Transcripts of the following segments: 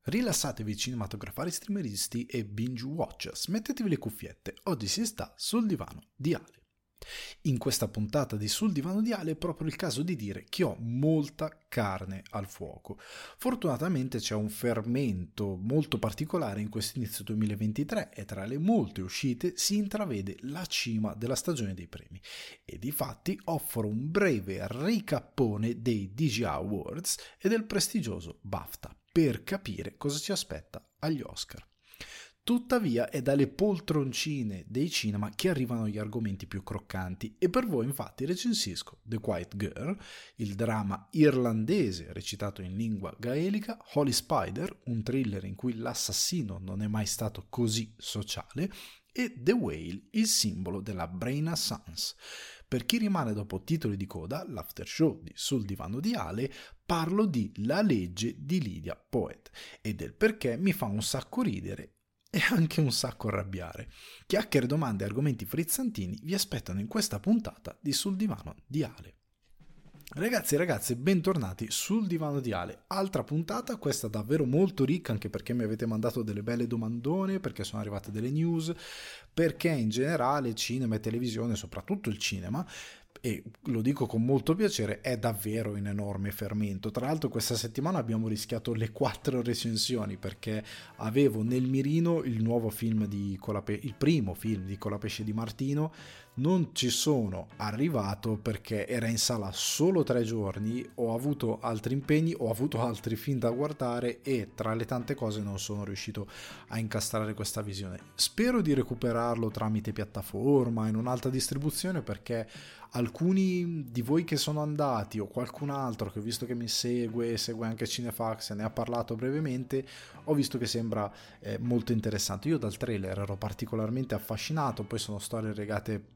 Rilassatevi cinematografari, streameristi e binge watchers, mettetevi le cuffiette, oggi si sta sul divano di Ale. In questa puntata di Sul divano di Ale è proprio il caso di dire che ho molta carne al fuoco. Fortunatamente c'è un fermento molto particolare in questo inizio 2023 e tra le molte uscite si intravede la cima della stagione dei premi e difatti offro un breve ricappone dei DG Awards e del prestigioso BAFTA per capire cosa ci aspetta agli Oscar. Tuttavia è dalle poltroncine dei cinema che arrivano gli argomenti più croccanti e per voi infatti recensisco The Quiet Girl, il dramma irlandese recitato in lingua gaelica, Holy Spider, un thriller in cui l'assassino non è mai stato così sociale, e The Whale, il simbolo della Renaissance. Per chi rimane dopo titoli di coda, l'after show di Sul divano di Ale, parlo di La legge di Lydia Poet e del perché mi fa un sacco ridere e anche un sacco arrabbiare. Chiacchiere, domande e argomenti frizzantini vi aspettano in questa puntata di Sul divano di Ale. Ragazzi e ragazze, bentornati sul divano di Ale. Altra puntata, questa davvero molto ricca, anche perché mi avete mandato delle belle domandone, perché sono arrivate delle news, perché in generale cinema e televisione, soprattutto il cinema, e lo dico con molto piacere, è davvero in enorme fermento. Tra l'altro questa settimana abbiamo rischiato le 4 recensioni perché avevo nel mirino il nuovo film di il primo film di Colapesce di Martino. Non ci sono arrivato perché era in sala solo 3 giorni, ho avuto altri impegni, ho avuto altri film da guardare e tra le tante cose non sono riuscito a incastrare questa visione. Spero di recuperarlo tramite piattaforma in un'alta distribuzione perché alcuni di voi che sono andati o qualcun altro che ho visto che mi segue anche Cinefax e ne ha parlato brevemente, ho visto che sembra molto interessante. Io dal trailer ero particolarmente affascinato, poi sono storie legate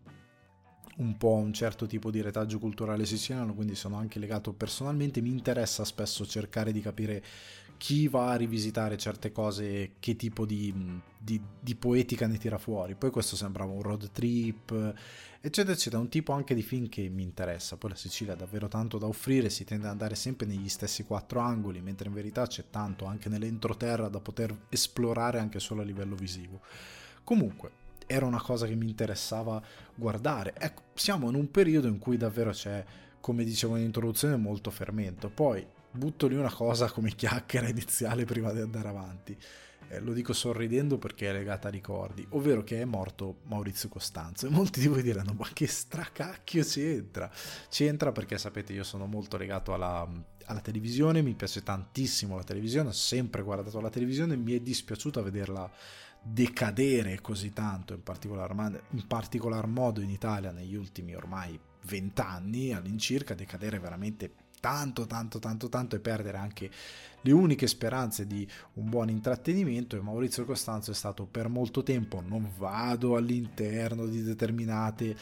un po' a un certo tipo di retaggio culturale siciliano, quindi sono anche legato personalmente. Mi interessa spesso cercare di capire chi va a rivisitare certe cose, che tipo di poetica ne tira fuori. Poi questo sembrava un road trip, eccetera eccetera, un tipo anche di film che mi interessa. Poi la Sicilia ha davvero tanto da offrire, si tende ad andare sempre negli stessi 4 angoli, mentre in verità c'è tanto anche nell'entroterra da poter esplorare anche solo a livello visivo. Comunque era una cosa che mi interessava guardare. Ecco, siamo in un periodo in cui davvero c'è, come dicevo in introduzione, molto fermento. Poi butto lì una cosa come chiacchiera iniziale prima di andare avanti. Lo dico sorridendo perché è legata a ricordi, ovvero che è morto Maurizio Costanzo. E molti di voi diranno: ma che stracacchio c'entra? C'entra perché sapete, io sono molto legato alla televisione, mi piace tantissimo la televisione, ho sempre guardato la televisione, mi è dispiaciuto vederla decadere così tanto, in particolar modo in Italia negli ultimi ormai 20 anni all'incirca, decadere veramente tanto e perdere anche le uniche speranze di un buon intrattenimento. E Maurizio Costanzo è stato per molto tempo, non vado all'interno di determinate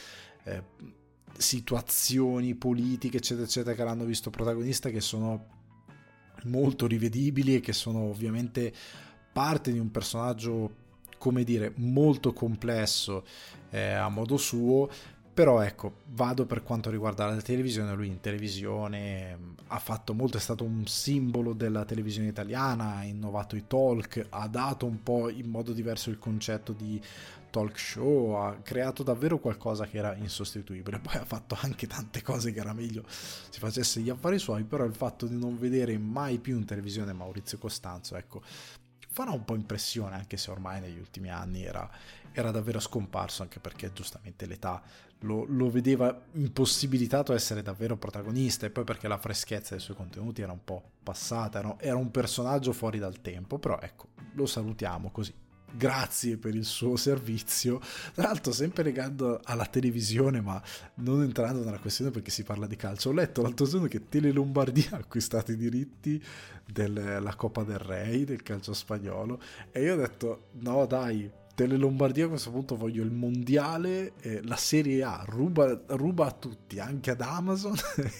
situazioni politiche eccetera eccetera che l'hanno visto protagonista, che sono molto rivedibili e che sono ovviamente parte di un personaggio, come dire, molto complesso a modo suo. Però ecco, vado per quanto riguarda la televisione. Lui in televisione ha fatto molto, è stato un simbolo della televisione italiana, ha innovato i talk, ha dato un po' in modo diverso il concetto di talk show, ha creato davvero qualcosa che era insostituibile. Poi ha fatto anche tante cose che era meglio si facesse gli affari suoi, però il fatto di non vedere mai più in televisione Maurizio Costanzo, ecco, farà un po' impressione, anche se ormai negli ultimi anni era davvero scomparso, anche perché giustamente l'età lo vedeva impossibilitato a essere davvero protagonista, e poi perché la freschezza dei suoi contenuti era un po' passata, era un personaggio fuori dal tempo. Però ecco, lo salutiamo così. Grazie per il suo servizio, tra l'altro sempre legando alla televisione, ma non entrando nella questione perché si parla di calcio. Ho letto l'altro giorno che Tele Lombardia ha acquistato i diritti della Coppa del Re del calcio spagnolo, e io ho detto no dai, Tele Lombardia a questo punto voglio il mondiale, la Serie A ruba a tutti, anche ad Amazon.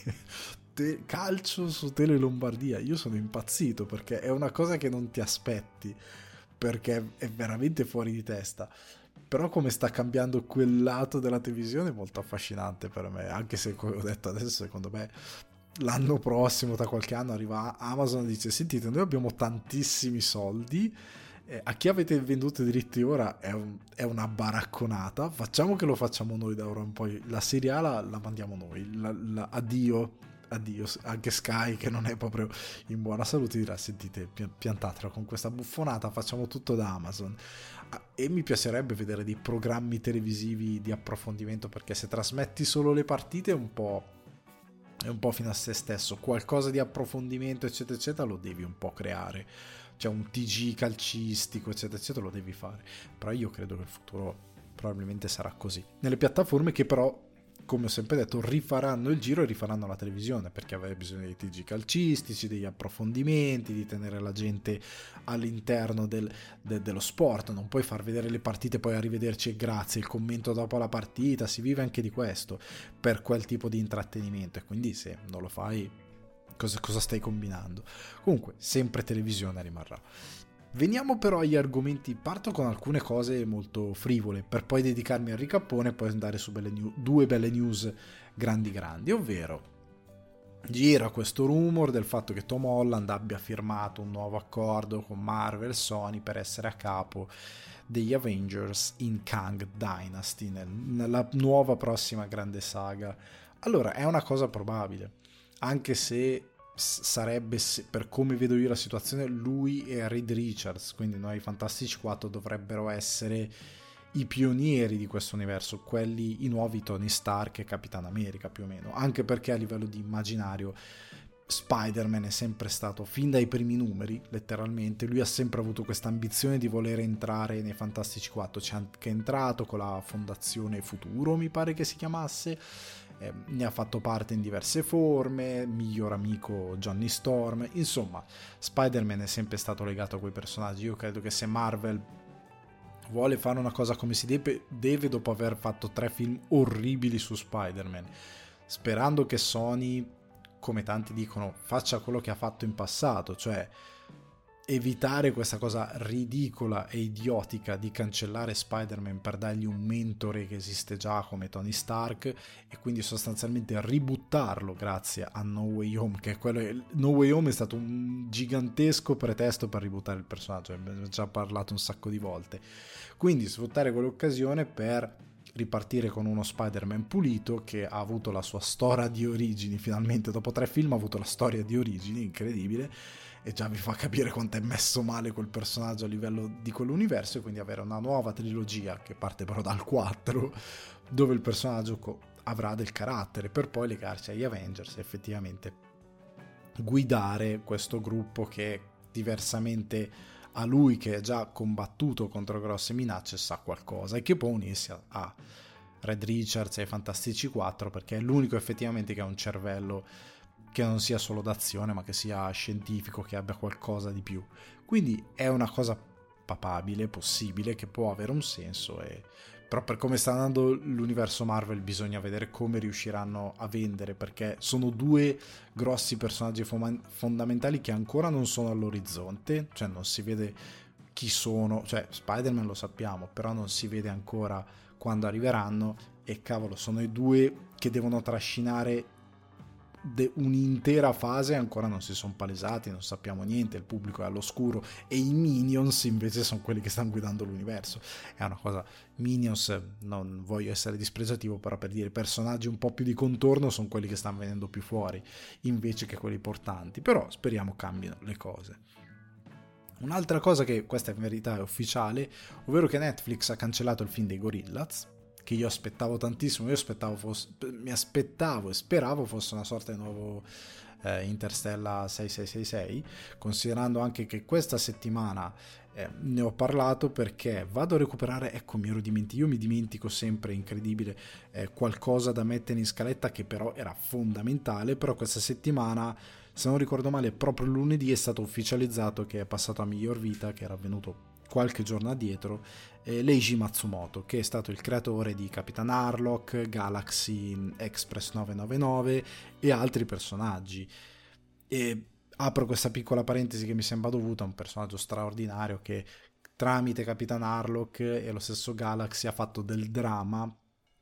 Calcio su Tele Lombardia, io sono impazzito perché è una cosa che non ti aspetti, perché è veramente fuori di testa. Però come sta cambiando quel lato della televisione è molto affascinante per me, anche se, come ho detto adesso, secondo me l'anno prossimo, tra qualche anno, arriva Amazon e dice: sentite, noi abbiamo tantissimi soldi, a chi avete venduto i diritti ora è una baracconata, facciamo che lo facciamo noi da ora in poi, la Serie A la mandiamo noi, addio, anche Sky, che non è proprio in buona salute, dirà: sentite, piantatela con questa buffonata, facciamo tutto da Amazon. E mi piacerebbe vedere dei programmi televisivi di approfondimento, perché se trasmetti solo le partite è un po' fino a se stesso. Qualcosa di approfondimento eccetera eccetera lo devi un po' creare, cioè un TG calcistico eccetera eccetera lo devi fare. Però io credo che il futuro probabilmente sarà così, nelle piattaforme che però, come ho sempre detto, rifaranno il giro e rifaranno la televisione, perché avrai bisogno dei TG calcistici, degli approfondimenti, di tenere la gente all'interno dello sport. Non puoi far vedere le partite poi a rivederci e grazie, il commento dopo la partita, si vive anche di questo per quel tipo di intrattenimento, e quindi se non lo fai cosa stai combinando? Comunque sempre televisione rimarrà. Veniamo però agli argomenti. Parto con alcune cose molto frivole per poi dedicarmi al ricappone e poi andare su due belle news grandi, ovvero gira questo rumor del fatto che Tom Holland abbia firmato un nuovo accordo con Marvel Sony per essere a capo degli Avengers in Kang Dynasty, nella nuova prossima grande saga. Allora, è una cosa probabile, anche se sarebbe, per come vedo io la situazione, lui e Reed Richards, quindi noi Fantastici 4, dovrebbero essere i pionieri di questo universo, quelli, i nuovi Tony Stark e Capitan America più o meno, anche perché a livello di immaginario Spider-Man è sempre stato, fin dai primi numeri letteralmente, lui ha sempre avuto questa ambizione di voler entrare nei Fantastici 4, c'è anche entrato con la Fondazione Futuro, mi pare che si chiamasse, ne ha fatto parte in diverse forme, miglior amico Johnny Storm, insomma Spider-Man è sempre stato legato a quei personaggi. Io credo che se Marvel vuole fare una cosa come si deve dopo aver fatto 3 film orribili su Spider-Man, sperando che Sony, come tanti dicono, faccia quello che ha fatto in passato, cioè evitare questa cosa ridicola e idiotica di cancellare Spider-Man per dargli un mentore che esiste già come Tony Stark, e quindi sostanzialmente ributtarlo grazie a No Way Home, che No Way Home è stato un gigantesco pretesto per ributtare il personaggio, abbiamo già parlato un sacco di volte. Quindi sfruttare quell'occasione per ripartire con uno Spider-Man pulito che ha avuto la sua storia di origini, finalmente dopo 3 film ha avuto la storia di origini, incredibile, e già vi fa capire quanto è messo male quel personaggio a livello di quell'universo, e quindi avere una nuova trilogia che parte però dal 4, dove il personaggio avrà del carattere, per poi legarci agli Avengers e effettivamente guidare questo gruppo che, diversamente a lui che è già combattuto contro grosse minacce, sa qualcosa, e che può unirsi a Reed Richards e ai Fantastici 4, perché è l'unico effettivamente che ha un cervello che non sia solo d'azione ma che sia scientifico, che abbia qualcosa di più. Quindi è una cosa papabile, possibile, che può avere un senso, però per come sta andando l'universo Marvel bisogna vedere come riusciranno a vendere, perché sono 2 grossi personaggi fondamentali che ancora non sono all'orizzonte, cioè non si vede chi sono, cioè Spider-Man lo sappiamo, però non si vede ancora quando arriveranno, e cavolo, sono i 2 che devono trascinare un'intera fase, ancora non si sono palesati, non sappiamo niente, il pubblico è all'oscuro, e i Minions invece sono quelli che stanno guidando l'universo. È una cosa, Minions, non voglio essere dispregiativo, però per dire, personaggi un po' più di contorno sono quelli che stanno venendo più fuori invece che quelli portanti, però speriamo cambino le cose. Un'altra cosa, che questa in verità è ufficiale, ovvero che Netflix ha cancellato il film dei Gorillaz, che io aspettavo tantissimo. Mi aspettavo e speravo fosse una sorta di nuovo Interstellar 6666, considerando anche che questa settimana ne ho parlato, perché vado a recuperare, ecco, io mi dimentico sempre, incredibile, qualcosa da mettere in scaletta che però era fondamentale. Però questa settimana, se non ricordo male, proprio lunedì è stato ufficializzato che è passato a miglior vita, che era avvenuto qualche giorno addietro, Leiji Matsumoto, che è stato il creatore di Capitan Harlock, Galaxy Express 999 e altri personaggi. E apro questa piccola parentesi che mi sembra dovuta, un personaggio straordinario che tramite Capitan Harlock e lo stesso Galaxy ha fatto del dramma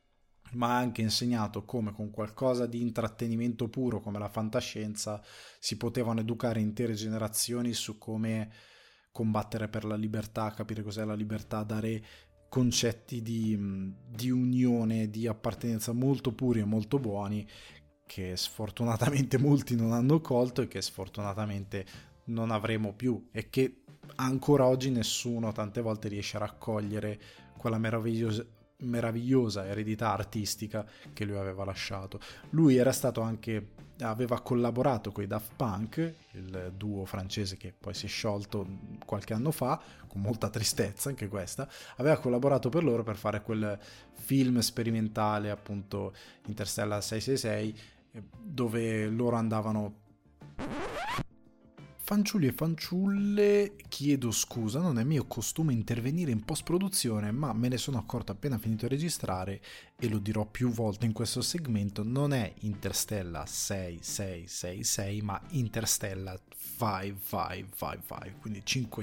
ma ha anche insegnato come con qualcosa di intrattenimento puro come la fantascienza si potevano educare intere generazioni su come combattere per la libertà, capire cos'è la libertà, dare concetti di unione, di appartenenza molto puri e molto buoni che sfortunatamente molti non hanno colto e che sfortunatamente non avremo più, e che ancora oggi nessuno tante volte riesce a raccogliere quella meravigliosa eredità artistica che lui aveva lasciato. Lui era stato anche, aveva collaborato con i Daft Punk, il duo francese che poi si è sciolto qualche anno fa, con molta tristezza anche questa, aveva collaborato per loro per fare quel film sperimentale, appunto Interstellar 666, dove loro andavano. Fanciulli e fanciulle, chiedo scusa, non è mio costume intervenire in post-produzione, ma me ne sono accorto appena finito di registrare e lo dirò più volte in questo segmento, non è Interstellar 6666, ma Interstellar 5555, quindi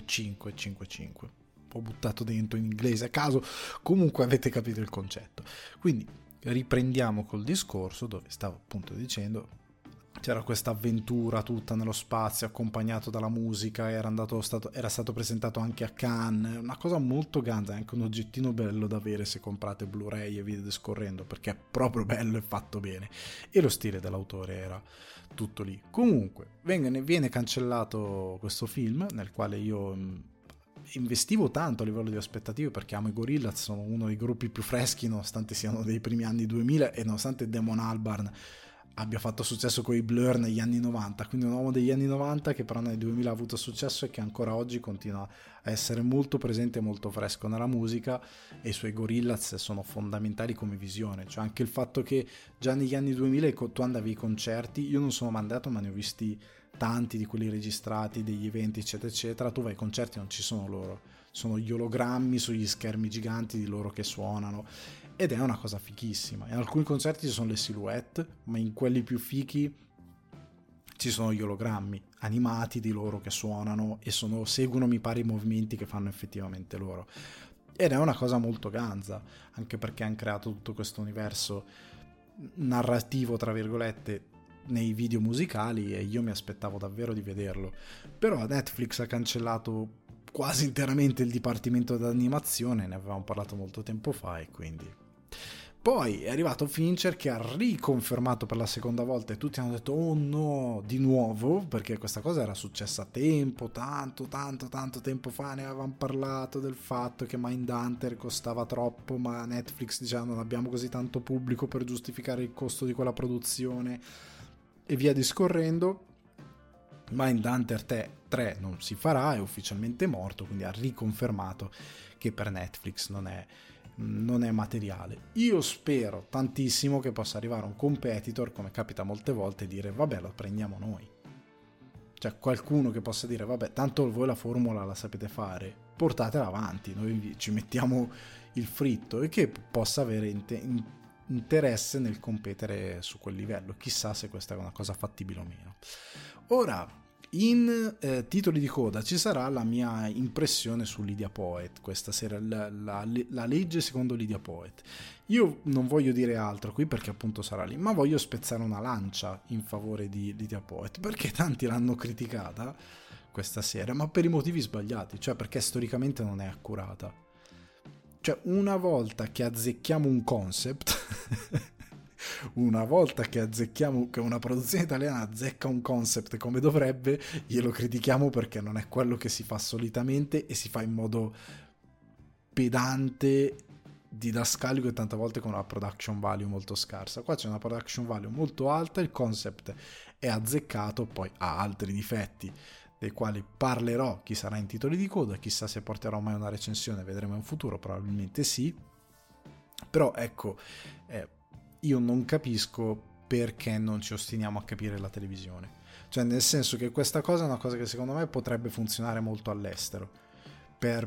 5555. Ho buttato dentro in inglese a caso, comunque avete capito il concetto. Quindi riprendiamo col discorso dove stavo appunto dicendo. C'era questa avventura tutta nello spazio accompagnato dalla musica, era stato presentato anche a Cannes, una cosa molto ganza, anche un oggettino bello da avere se comprate Blu-ray e video scorrendo, perché è proprio bello e fatto bene, e lo stile dell'autore era tutto lì. Comunque viene cancellato questo film nel quale io investivo tanto a livello di aspettative, perché amo i Gorillaz, sono uno dei gruppi più freschi nonostante siano dei primi anni 2000 e nonostante Damon Albarn abbia fatto successo con i Blur negli anni 90, quindi un uomo degli anni 90 che però nel 2000 ha avuto successo e che ancora oggi continua a essere molto presente e molto fresco nella musica, e i suoi Gorillaz sono fondamentali come visione, cioè anche il fatto che già negli anni 2000 tu andavi ai concerti, io non sono mai andato ma ne ho visti tanti di quelli registrati, degli eventi eccetera eccetera, tu vai ai concerti e non ci sono loro, sono gli ologrammi sugli schermi giganti di loro che suonano, ed è una cosa fichissima. In alcuni concerti ci sono le silhouette, ma in quelli più fichi ci sono gli ologrammi animati di loro che suonano e seguono mi pare i movimenti che fanno effettivamente loro, ed è una cosa molto ganza, anche perché hanno creato tutto questo universo narrativo tra virgolette nei video musicali, e io mi aspettavo davvero di vederlo. Però Netflix ha cancellato quasi interamente il dipartimento d'animazione, ne avevamo parlato molto tempo fa, e quindi poi è arrivato Fincher che ha riconfermato per la seconda volta, e tutti hanno detto oh no, di nuovo, perché questa cosa era successa a tempo, tanto tempo fa, ne avevamo parlato del fatto che Mindhunter costava troppo, ma Netflix diceva non abbiamo così tanto pubblico per giustificare il costo di quella produzione e via discorrendo. Mindhunter 3 non si farà, è ufficialmente morto, quindi ha riconfermato che per Netflix non è materiale. Io spero tantissimo che possa arrivare un competitor, come capita molte volte, e dire vabbè, lo prendiamo noi. Cioè qualcuno che possa dire vabbè, tanto voi la formula la sapete fare, portatela avanti, noi ci mettiamo il fritto, e che possa avere interesse nel competere su quel livello. Chissà se questa è una cosa fattibile o meno. Ora, in titoli di coda ci sarà la mia impressione su Lydia Poet questa sera, la legge secondo Lydia Poet. Io non voglio dire altro qui perché appunto sarà lì, ma voglio spezzare una lancia in favore di Lydia Poet, perché tanti l'hanno criticata questa sera, ma per i motivi sbagliati, cioè perché storicamente non è accurata. Cioè una volta che azzecchiamo un concept una volta che azzecchiamo, che una produzione italiana azzecca un concept come dovrebbe, glielo critichiamo perché non è quello che si fa solitamente e si fa in modo pedante, didascalico, e tante volte con una production value molto scarsa. Qua c'è una production value molto alta, il concept è azzeccato, poi ha altri difetti dei quali parlerò, chi sarà in titoli di coda, chissà se porterò mai una recensione, vedremo in futuro, probabilmente sì. Però ecco, io non capisco perché non ci ostiniamo a capire la televisione, cioè nel senso che questa cosa è una cosa che secondo me potrebbe funzionare molto all'estero per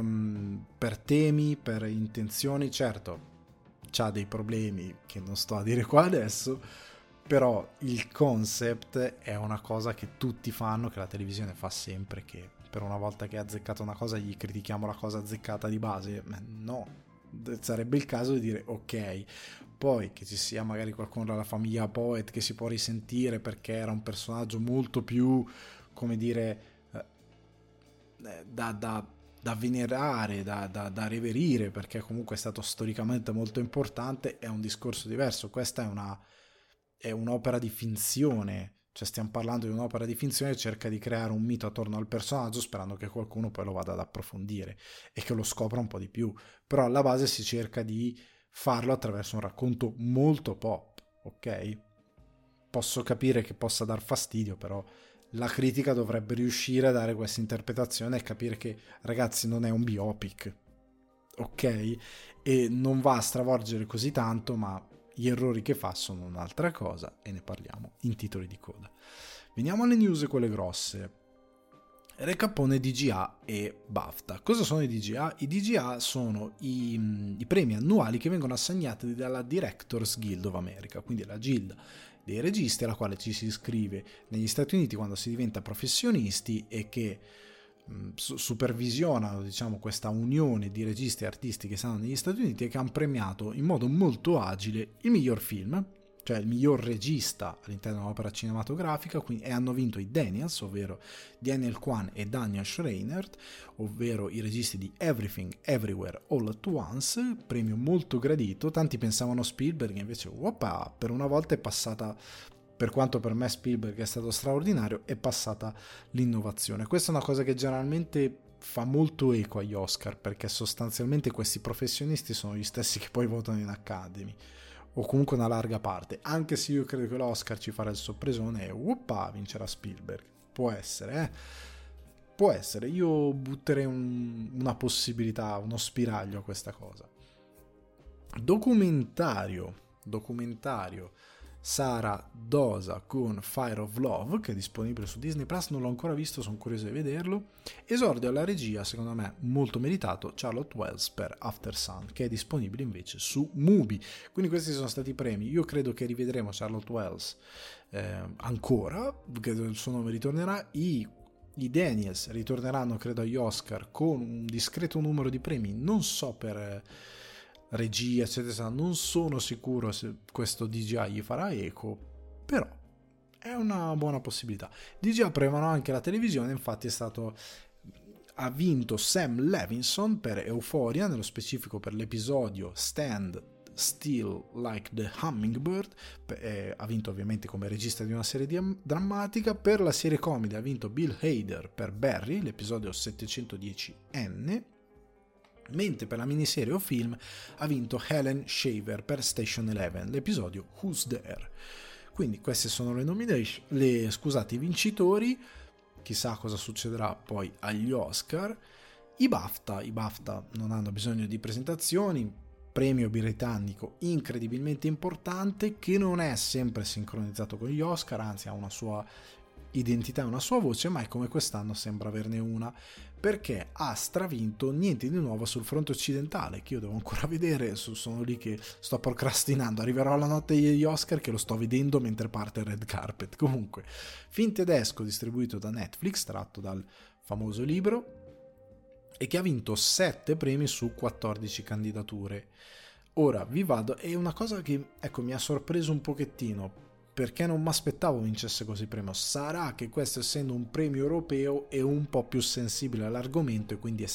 temi, per intenzioni. Certo c'ha dei problemi che non sto a dire qua adesso, però il concept è una cosa che tutti fanno, che la televisione fa sempre, che per una volta che ha azzeccato una cosa gli critichiamo la cosa azzeccata di base. No, sarebbe il caso di dire ok, poi che ci sia magari qualcuno dalla famiglia Poet che si può risentire perché era un personaggio molto più, come dire, da venerare, da reverire, perché comunque è stato storicamente molto importante, è un discorso diverso. Questa è un'opera di finzione, cioè stiamo parlando di un'opera di finzione che cerca di creare un mito attorno al personaggio sperando che qualcuno poi lo vada ad approfondire e che lo scopra un po' di più, però alla base si cerca di farlo attraverso un racconto molto pop, ok? Posso capire che possa dar fastidio, però la critica dovrebbe riuscire a dare questa interpretazione e capire che, ragazzi, non è un biopic, ok? E non va a stravolgere così tanto, ma gli errori che fa sono un'altra cosa e ne parliamo in titoli di coda. Veniamo alle news, quelle grosse. Recapone DGA e BAFTA. Cosa sono i DGA? I DGA sono i premi annuali che vengono assegnati dalla Directors Guild of America, quindi la guilda dei registi alla quale ci si iscrive negli Stati Uniti quando si diventa professionisti e che supervisionano, diciamo, questa unione di registi e artisti che stanno negli Stati Uniti e che hanno premiato in modo molto agile il miglior film, cioè il miglior regista all'interno dell'opera cinematografica, e hanno vinto i Daniels, ovvero Daniel Kwan e Daniel Scheinert, ovvero i registi di Everything Everywhere All at Once, premio molto gradito. Tanti pensavano Spielberg, invece per una volta è passata, per quanto per me Spielberg è stato straordinario, è passata l'innovazione. Questa è una cosa che generalmente fa molto eco agli Oscar, perché sostanzialmente questi professionisti sono gli stessi che poi votano in Academy, o comunque una larga parte, anche se io credo che l'Oscar ci farà il sorpresone e vincerà Spielberg. Può essere, può essere. Io butterei una possibilità, uno spiraglio a questa cosa. Documentario Sara Dosa con Fire of Love, che è disponibile su Disney Plus, non l'ho ancora visto, sono curioso di vederlo. Esordio alla regia, secondo me molto meritato, Charlotte Wells per After Sun, che è disponibile invece su Mubi. Quindi questi sono stati i premi. Io credo che rivedremo Charlotte Wells ancora, credo il suo nome ritornerà. I Daniels ritorneranno credo agli Oscar con un discreto numero di premi, non so per regia eccetera, non sono sicuro se questo DGA gli farà eco, però è una buona possibilità. DGA premiano anche la televisione, infatti ha vinto Sam Levinson per Euphoria, nello specifico per l'episodio Stand Still Like the Hummingbird, ha vinto ovviamente come regista di una serie drammatica. Per la serie comedy ha vinto Bill Hader per Barry, l'episodio 710N, mentre per la miniserie o film ha vinto Helen Shaver per Station Eleven, l'episodio Who's There. Quindi queste sono i vincitori. Chissà cosa succederà poi agli Oscar. I BAFTA non hanno bisogno di presentazioni, premio britannico incredibilmente importante che non è sempre sincronizzato con gli Oscar, anzi ha una sua identità e una sua voce, ma è come quest'anno sembra averne una, perché ha stravinto niente di nuovo sul fronte occidentale, che io devo ancora vedere, sono lì che sto procrastinando, arriverò alla notte degli Oscar che lo sto vedendo mentre parte il red carpet. Comunque, film tedesco distribuito da Netflix, tratto dal famoso libro, e che ha vinto 7 premi su 14 candidature. Ora vi vado, è una cosa che mi ha sorpreso un pochettino, perché non mi aspettavo vincesse così premio. Sarà che questo, essendo un premio europeo, è un po' più sensibile all'argomento e quindi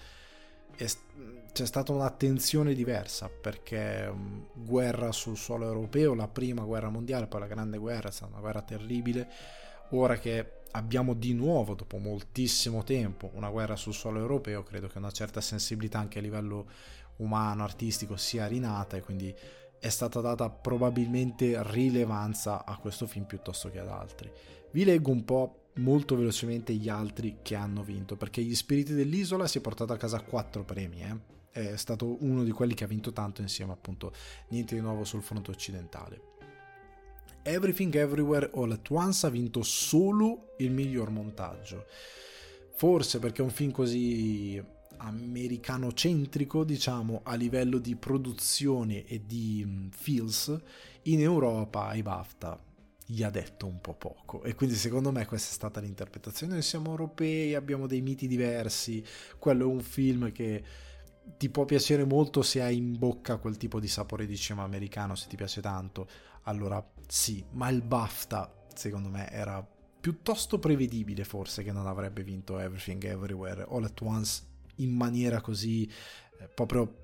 c'è stata un'attenzione diversa, perché guerra sul suolo europeo, la prima guerra mondiale, poi la grande guerra, è stata una guerra terribile. Ora che abbiamo di nuovo, dopo moltissimo tempo, una guerra sul suolo europeo, credo che una certa sensibilità anche a livello umano, artistico sia rinata, e quindi è stata data probabilmente rilevanza a questo film piuttosto che ad altri. Vi leggo un po' molto velocemente gli altri che hanno vinto, perché Gli Spiriti dell'Isola si è portato a casa 4 premi, è stato uno di quelli che ha vinto tanto insieme, appunto, niente di nuovo sul fronte occidentale. Everything Everywhere All at Once ha vinto solo il miglior montaggio, forse perché è un film così americanocentrico, diciamo, a livello di produzione e di feels. In Europa ai BAFTA gli ha detto un po' poco, e quindi secondo me questa è stata l'interpretazione. Noi siamo europei, abbiamo dei miti diversi, quello è un film che ti può piacere molto se hai in bocca quel tipo di sapore di cinema americano, se ti piace tanto, allora sì, ma il BAFTA secondo me era piuttosto prevedibile forse che non avrebbe vinto Everything Everywhere All at Once in maniera così proprio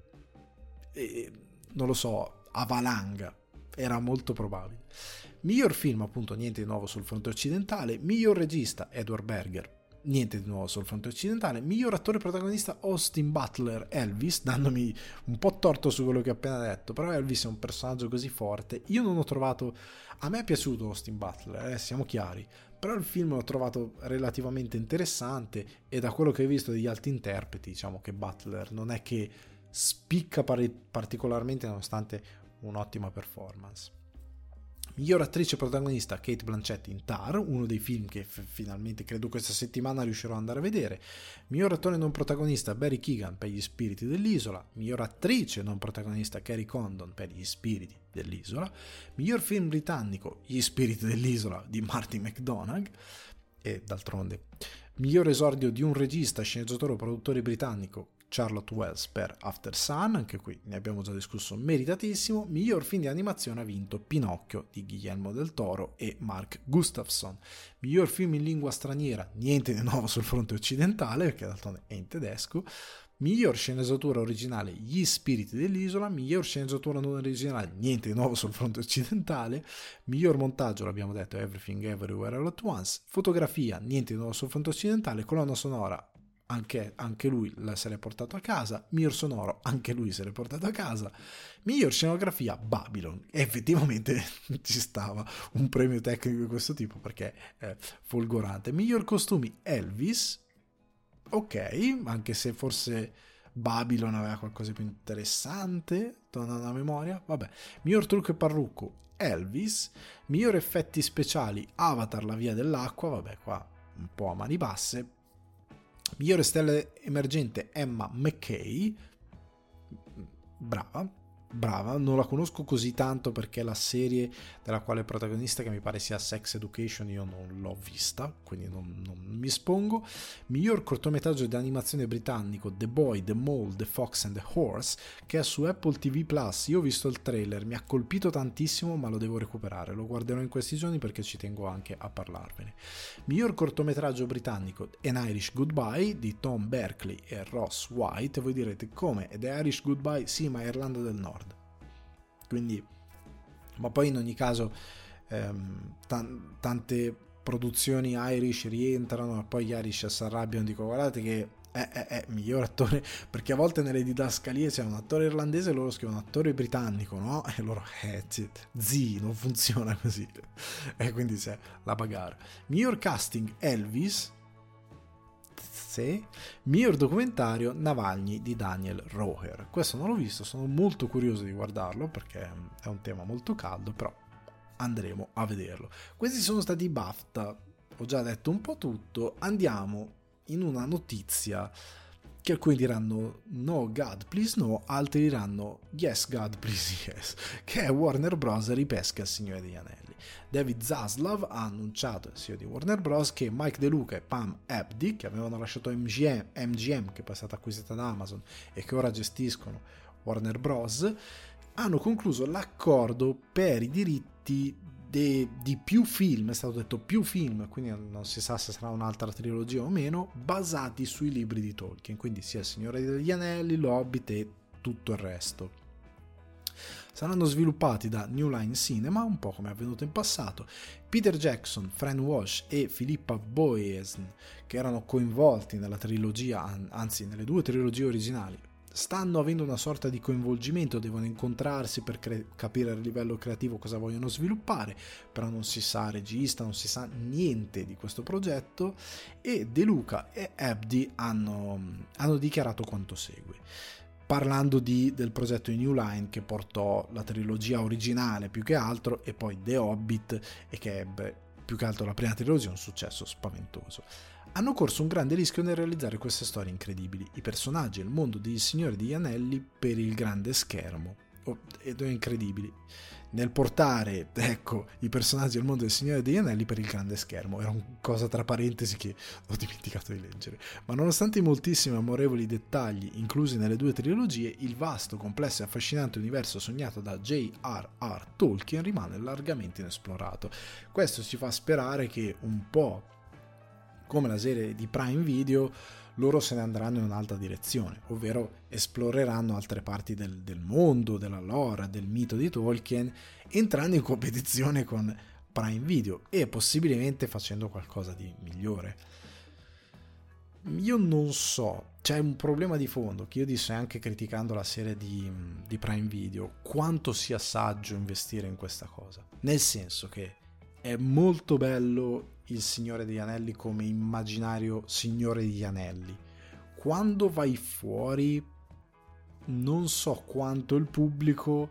non lo so, a valanga, era molto probabile. Miglior film, appunto, niente di nuovo sul fronte occidentale. Miglior regista, Edward Berger, niente di nuovo sul fronte occidentale. Miglior attore protagonista, Austin Butler, Elvis, dandomi un po' torto su quello che ho appena detto, però Elvis è un personaggio così forte. Io non ho trovato, a me è piaciuto Austin Butler, siamo chiari, però il film l'ho trovato relativamente interessante e da quello che ho visto degli altri interpreti, diciamo che Butler non è che spicca particolarmente nonostante un'ottima performance. Miglior attrice protagonista, Cate Blanchett in Tar, uno dei film che finalmente credo questa settimana riuscirò ad andare a vedere. Miglior attore non protagonista, Barry Keoghan per Gli spiriti dell'isola. Miglior attrice non protagonista, Kerry Condon per Gli spiriti dell'isola. Miglior film britannico, Gli spiriti dell'isola di Martin McDonagh. E d'altronde miglior esordio di un regista, sceneggiatore o produttore britannico, Charlotte Wells per After Sun, anche qui ne abbiamo già discusso, meritatissimo. Miglior film di animazione ha vinto Pinocchio di Guillermo del Toro e Mark Gustafsson. Miglior film in lingua straniera, niente di nuovo sul fronte occidentale, perché d'altronde è in tedesco. Miglior sceneggiatura originale, Gli spiriti dell'isola. Miglior sceneggiatura non originale, niente di nuovo sul fronte occidentale. Miglior montaggio, l'abbiamo detto, Everything Everywhere All at Once. Fotografia, niente di nuovo sul fronte occidentale. Colonna sonora, anche lui se l'è portato a casa. Miglior sonoro, anche lui se l'è portato a casa. Miglior scenografia, Babylon. E effettivamente ci stava un premio tecnico di questo tipo perché è folgorante. Miglior costumi, Elvis. Ok, anche se forse Babylon aveva qualcosa di più interessante, tornando alla memoria. Vabbè. Miglior trucco e parrucco, Elvis. Miglior effetti speciali, Avatar, la via dell'acqua. Vabbè, qua un po' a mani basse. Migliore stella emergente, Emma Mackey. Brava, non la conosco così tanto perché la serie della quale è protagonista, che mi pare sia Sex Education, io non l'ho vista, quindi non mi espongo. Miglior cortometraggio di animazione britannico, The Boy, The Mole, The Fox and the Horse, che è su Apple TV Plus. Io ho visto il trailer, mi ha colpito tantissimo, ma lo devo recuperare, lo guarderò in questi giorni perché ci tengo anche a parlarvene. Miglior cortometraggio britannico, An Irish Goodbye di Tom Berkeley e Ross White. Voi direte come? Ed è Irish Goodbye? Sì, ma è Irlanda del Nord. Quindi, ma poi in ogni caso tante produzioni Irish rientrano e poi gli Irish si arrabbiano e dicono guardate che è miglior attore, perché a volte nelle didascalie c'è un attore irlandese e loro scrivono attore britannico, no? E loro zii, non funziona così. E quindi c'è la bagarre. Miglior casting, Elvis. Miglior documentario, Navalny di Daniel Roher. Questo non l'ho visto, sono molto curioso di guardarlo perché è un tema molto caldo, però andremo a vederlo. Questi sono stati i BAFTA, ho già detto un po' tutto. Andiamo in una notizia che alcuni diranno no God please no, altri diranno yes God please yes, che è Warner Bros. Ripesca il Signore degli Anelli. David Zaslav ha annunciato, il CEO di Warner Bros., che Mike De Luca e Pam Abdy, che avevano lasciato MGM, che poi è stata acquisita da Amazon e che ora gestiscono Warner Bros., hanno concluso l'accordo per i diritti di più film, è stato detto più film, quindi non si sa se sarà un'altra trilogia o meno, basati sui libri di Tolkien, quindi sia Il Signore degli Anelli, L'Hobbit e tutto il resto. Saranno sviluppati da New Line Cinema, un po' come è avvenuto in passato. Peter Jackson, Fran Walsh e Philippa Boyesen, che erano coinvolti nella trilogia, anzi nelle due trilogie originali, stanno avendo una sorta di coinvolgimento, devono incontrarsi per capire a livello creativo cosa vogliono sviluppare, però non si sa regista, non si sa niente di questo progetto, e De Luca e Abdy hanno dichiarato quanto segue. Parlando del progetto di New Line, che portò la trilogia originale più che altro e poi The Hobbit, e che ebbe più che altro la prima trilogia un successo spaventoso. Hanno corso un grande rischio nel realizzare queste storie incredibili, i personaggi e il mondo di Il Signore degli Anelli per il grande schermo, incredibili nel portare, ecco, i personaggi del mondo del Signore degli Anelli per il grande schermo. Era una cosa tra parentesi che ho dimenticato di leggere. Ma nonostante i moltissimi amorevoli dettagli inclusi nelle due trilogie, il vasto, complesso e affascinante universo sognato da J.R.R. Tolkien rimane largamente inesplorato. Questo ci fa sperare che, un po' come la serie di Prime Video, loro se ne andranno in un'altra direzione, ovvero esploreranno altre parti del mondo, della lore, del mito di Tolkien, entrando in competizione con Prime Video e possibilmente facendo qualcosa di migliore. Io non so, c'è un problema di fondo che io dissi anche criticando la serie di Prime Video, quanto sia saggio investire in questa cosa, nel senso che è molto bello il Signore degli Anelli come immaginario Signore degli Anelli. Quando vai fuori non so quanto il pubblico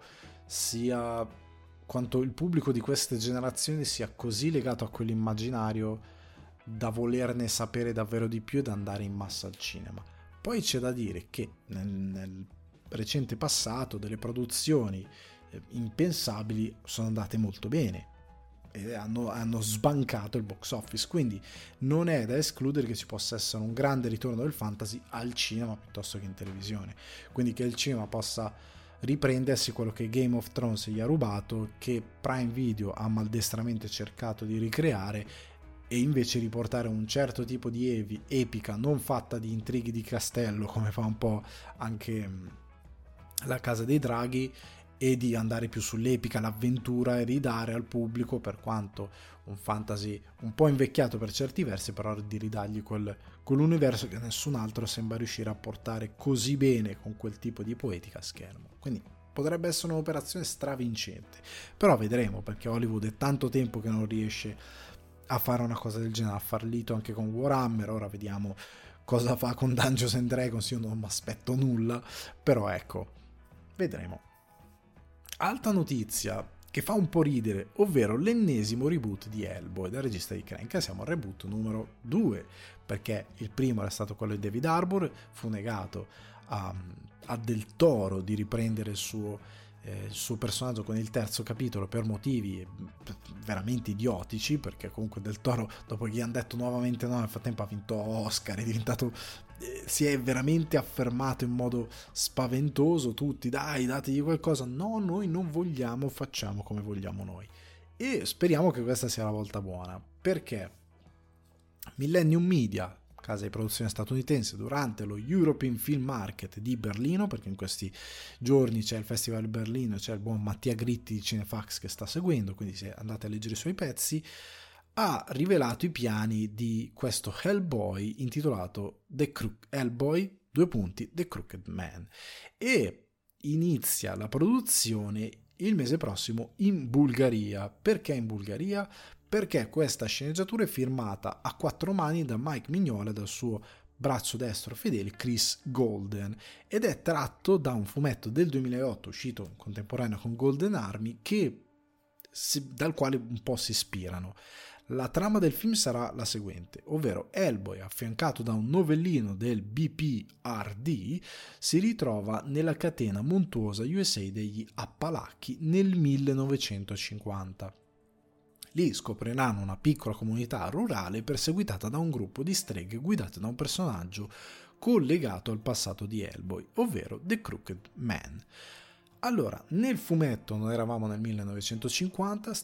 di queste generazioni sia così legato a quell'immaginario da volerne sapere davvero di più e da andare in massa al cinema. Poi c'è da dire che nel recente passato delle produzioni impensabili sono andate molto bene e hanno sbancato il box office, quindi non è da escludere che ci possa essere un grande ritorno del fantasy al cinema piuttosto che in televisione, quindi che il cinema possa riprendersi quello che Game of Thrones gli ha rubato, che Prime Video ha maldestramente cercato di ricreare, e invece riportare un certo tipo di epica non fatta di intrighi di castello come fa un po' anche la Casa dei Draghi, e di andare più sull'epica, l'avventura, e ridare al pubblico, per quanto un fantasy un po' invecchiato per certi versi, però di ridargli quell'universo che nessun altro sembra riuscire a portare così bene con quel tipo di poetica a schermo. Quindi potrebbe essere un'operazione stravincente, però vedremo, perché Hollywood è tanto tempo che non riesce a fare una cosa del genere, ha fallito anche con Warhammer, ora vediamo cosa fa con Dungeons and Dragons. Io non mi aspetto nulla, però ecco, vedremo. Altra notizia che fa un po' ridere, ovvero l'ennesimo reboot di Hellboy dal regista di Crank. Siamo al reboot numero 2, perché il primo era stato quello di David Harbour, fu negato a Del Toro di riprendere il suo personaggio con il terzo capitolo per motivi veramente idiotici, perché comunque Del Toro, dopo che gli hanno detto nuovamente no, nel frattempo ha vinto Oscar, è diventato, si è veramente affermato in modo spaventoso. Tutti, dai, dategli qualcosa. No, noi non vogliamo, facciamo come vogliamo noi, e speriamo che questa sia la volta buona, perché Millennium Media, casa di produzione statunitense, durante lo European Film Market di Berlino, perché in questi giorni c'è il Festival di Berlino, c'è il buon Mattia Gritti di Cinefax che sta seguendo, quindi se andate a leggere i suoi pezzi, ha rivelato i piani di questo Hellboy intitolato Hellboy The Crooked Man, e inizia la produzione il mese prossimo in Bulgaria. Perché in Bulgaria? Perché questa sceneggiatura è firmata a quattro mani da Mike Mignola e dal suo braccio destro fedele Chris Golden, ed è tratto da un fumetto del 2008 uscito in contemporanea con Golden Army, dal quale un po' si ispirano. La trama del film sarà la seguente, ovvero Hellboy, affiancato da un novellino del BPRD, si ritrova nella catena montuosa USA degli Appalachi nel 1950. Lì scopriranno una piccola comunità rurale perseguitata da un gruppo di streghe guidate da un personaggio collegato al passato di Hellboy, ovvero The Crooked Man. Allora, nel fumetto noi eravamo nel 1950,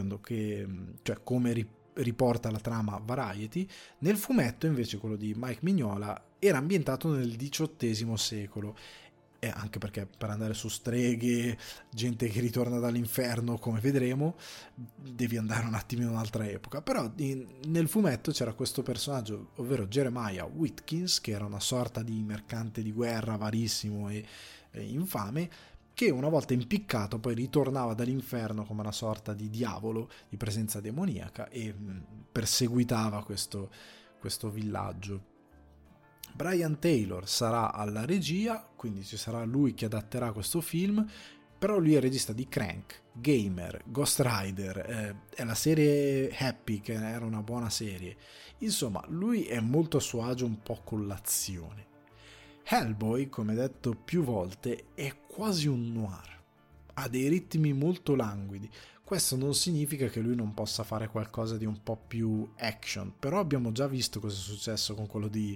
come riporta la trama Variety. Nel fumetto invece, quello di Mike Mignola, era ambientato nel XVIII secolo, e anche perché per andare su streghe, gente che ritorna dall'inferno, come vedremo, devi andare un attimo in un'altra epoca. Però nel fumetto c'era questo personaggio, ovvero Jeremiah Whitkins, che era una sorta di mercante di guerra avarissimo e infame, che una volta impiccato poi ritornava dall'inferno come una sorta di diavolo di presenza demoniaca e perseguitava questo villaggio. Brian Taylor sarà alla regia, quindi ci sarà lui che adatterà questo film, però lui è il regista di Crank, Gamer, Ghost Rider, è la serie Happy, che era una buona serie. Insomma, lui è molto a suo agio un po' con l'azione. Hellboy, come detto più volte, è quasi un noir. ha dei ritmi molto languidi. Questo non significa che lui non possa fare qualcosa di un po' più action, però abbiamo già visto cosa è successo con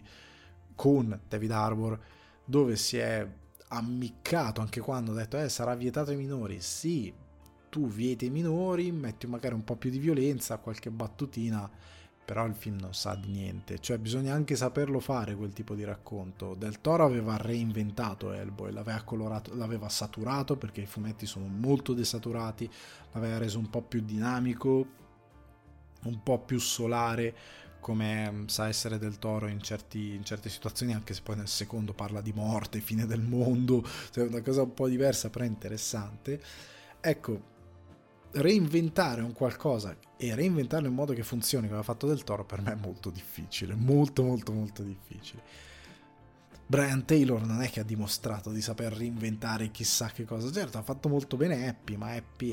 con David Harbour, dove si è ammiccato anche quando ha detto sarà vietato ai minori. Sì, tu vieti ai minori, metti magari un po' più di violenza, qualche battutina, però il film non sa di niente, cioè bisogna anche saperlo fare quel tipo di racconto. Del Toro aveva reinventato Hellboy, l'aveva saturato, perché i fumetti sono molto desaturati, l'aveva reso un po' più dinamico, un po' più solare, come sa essere Del Toro in certe situazioni, anche se poi nel secondo parla di morte, fine del mondo, cioè una cosa un po' diversa però interessante. Ecco, reinventare un qualcosa e reinventarlo in modo che funzioni come ha fatto Del Toro per me è molto difficile, molto molto molto difficile. Brian Taylor non è che ha dimostrato di saper reinventare chissà che cosa. Certo, ha fatto molto bene Happy, ma Happy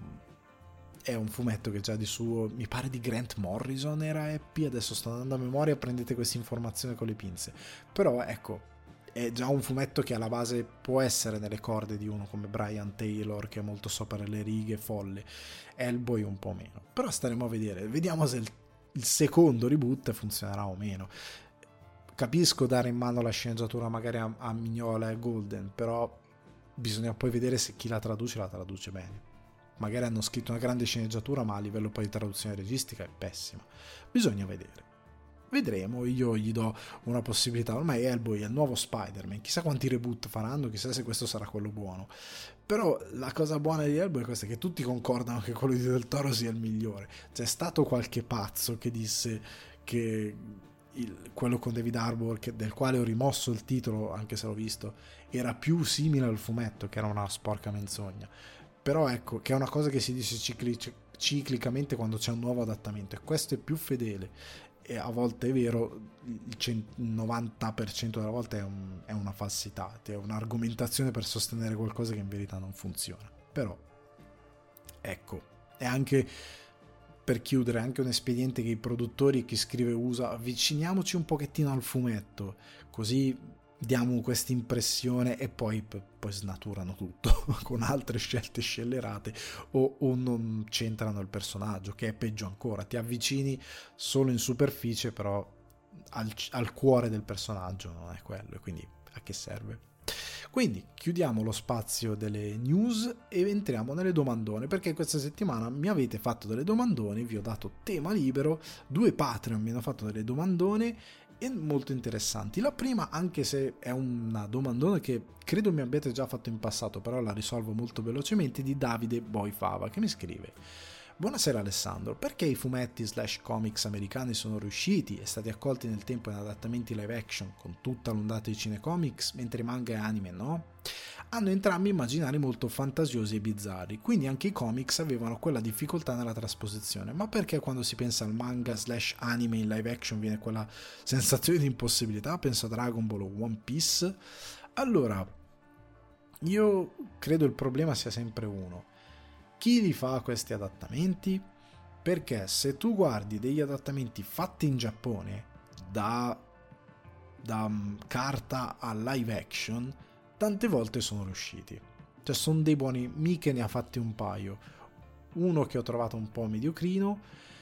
è un fumetto che già di suo, mi pare di Grant Morrison era Happy, adesso sto andando a memoria, prendete questa informazione con le pinze, però ecco, è già un fumetto che alla base può essere nelle corde di uno come Brian Taylor, che è molto sopra le righe, folle. Hellboy un po' meno, però staremo a vedere, vediamo se il secondo reboot funzionerà o meno. Capisco dare in mano la sceneggiatura magari a Mignola e Golden, però bisogna poi vedere se chi la traduce bene. Magari hanno scritto una grande sceneggiatura, ma a livello poi di traduzione registica è pessima. Bisogna vedere. Vedremo, io gli do una possibilità. Ormai Hellboy è il nuovo Spider-Man, chissà quanti reboot faranno, chissà se questo sarà quello buono. Però la cosa buona di Hellboy è questa, che tutti concordano che quello di Del Toro sia il migliore. C'è stato qualche pazzo che disse che quello con David Harbour, del quale ho rimosso il titolo anche se l'ho visto, era più simile al fumetto, che era una sporca menzogna. Però ecco, che è una cosa che si dice ciclicamente quando c'è un nuovo adattamento, e questo è più fedele, e a volte è vero, il 90% della volta è una falsità, è un'argomentazione per sostenere qualcosa che in verità non funziona. Però ecco, è anche, per chiudere, anche un espediente che i produttori e chi scrive usa: avviciniamoci un pochettino al fumetto, così diamo questa impressione, e poi snaturano tutto con altre scelte scellerate, o non centrano il personaggio, che è peggio ancora. Ti avvicini solo in superficie, però al cuore del personaggio non è quello, e quindi a che serve? Quindi chiudiamo lo spazio delle news e entriamo nelle domandone, perché questa settimana mi avete fatto delle domandone, vi ho dato tema libero, 2 Patreon mi hanno fatto delle domandone e molto interessanti. La prima, anche se è una domandona che credo mi abbiate già fatto in passato, però la risolvo molto velocemente, di Davide Boifava, che mi scrive: buonasera Alessandro, perché i fumetti / comics americani sono riusciti e stati accolti nel tempo in adattamenti live action con tutta l'ondata di cinecomics, mentre manga e anime no? Hanno entrambi immaginari molto fantasiosi e bizzarri, quindi anche i comics avevano quella difficoltà nella trasposizione, ma perché quando si pensa al manga / anime in live action viene quella sensazione di impossibilità? Penso a Dragon Ball o One Piece. Allora, io credo il problema sia sempre uno: chi li fa questi adattamenti? Perché se tu guardi degli adattamenti fatti in Giappone da carta a live action, tante volte sono riusciti, cioè sono dei buoni. Miche ne ha fatti un paio, uno che ho trovato un po' mediocrino,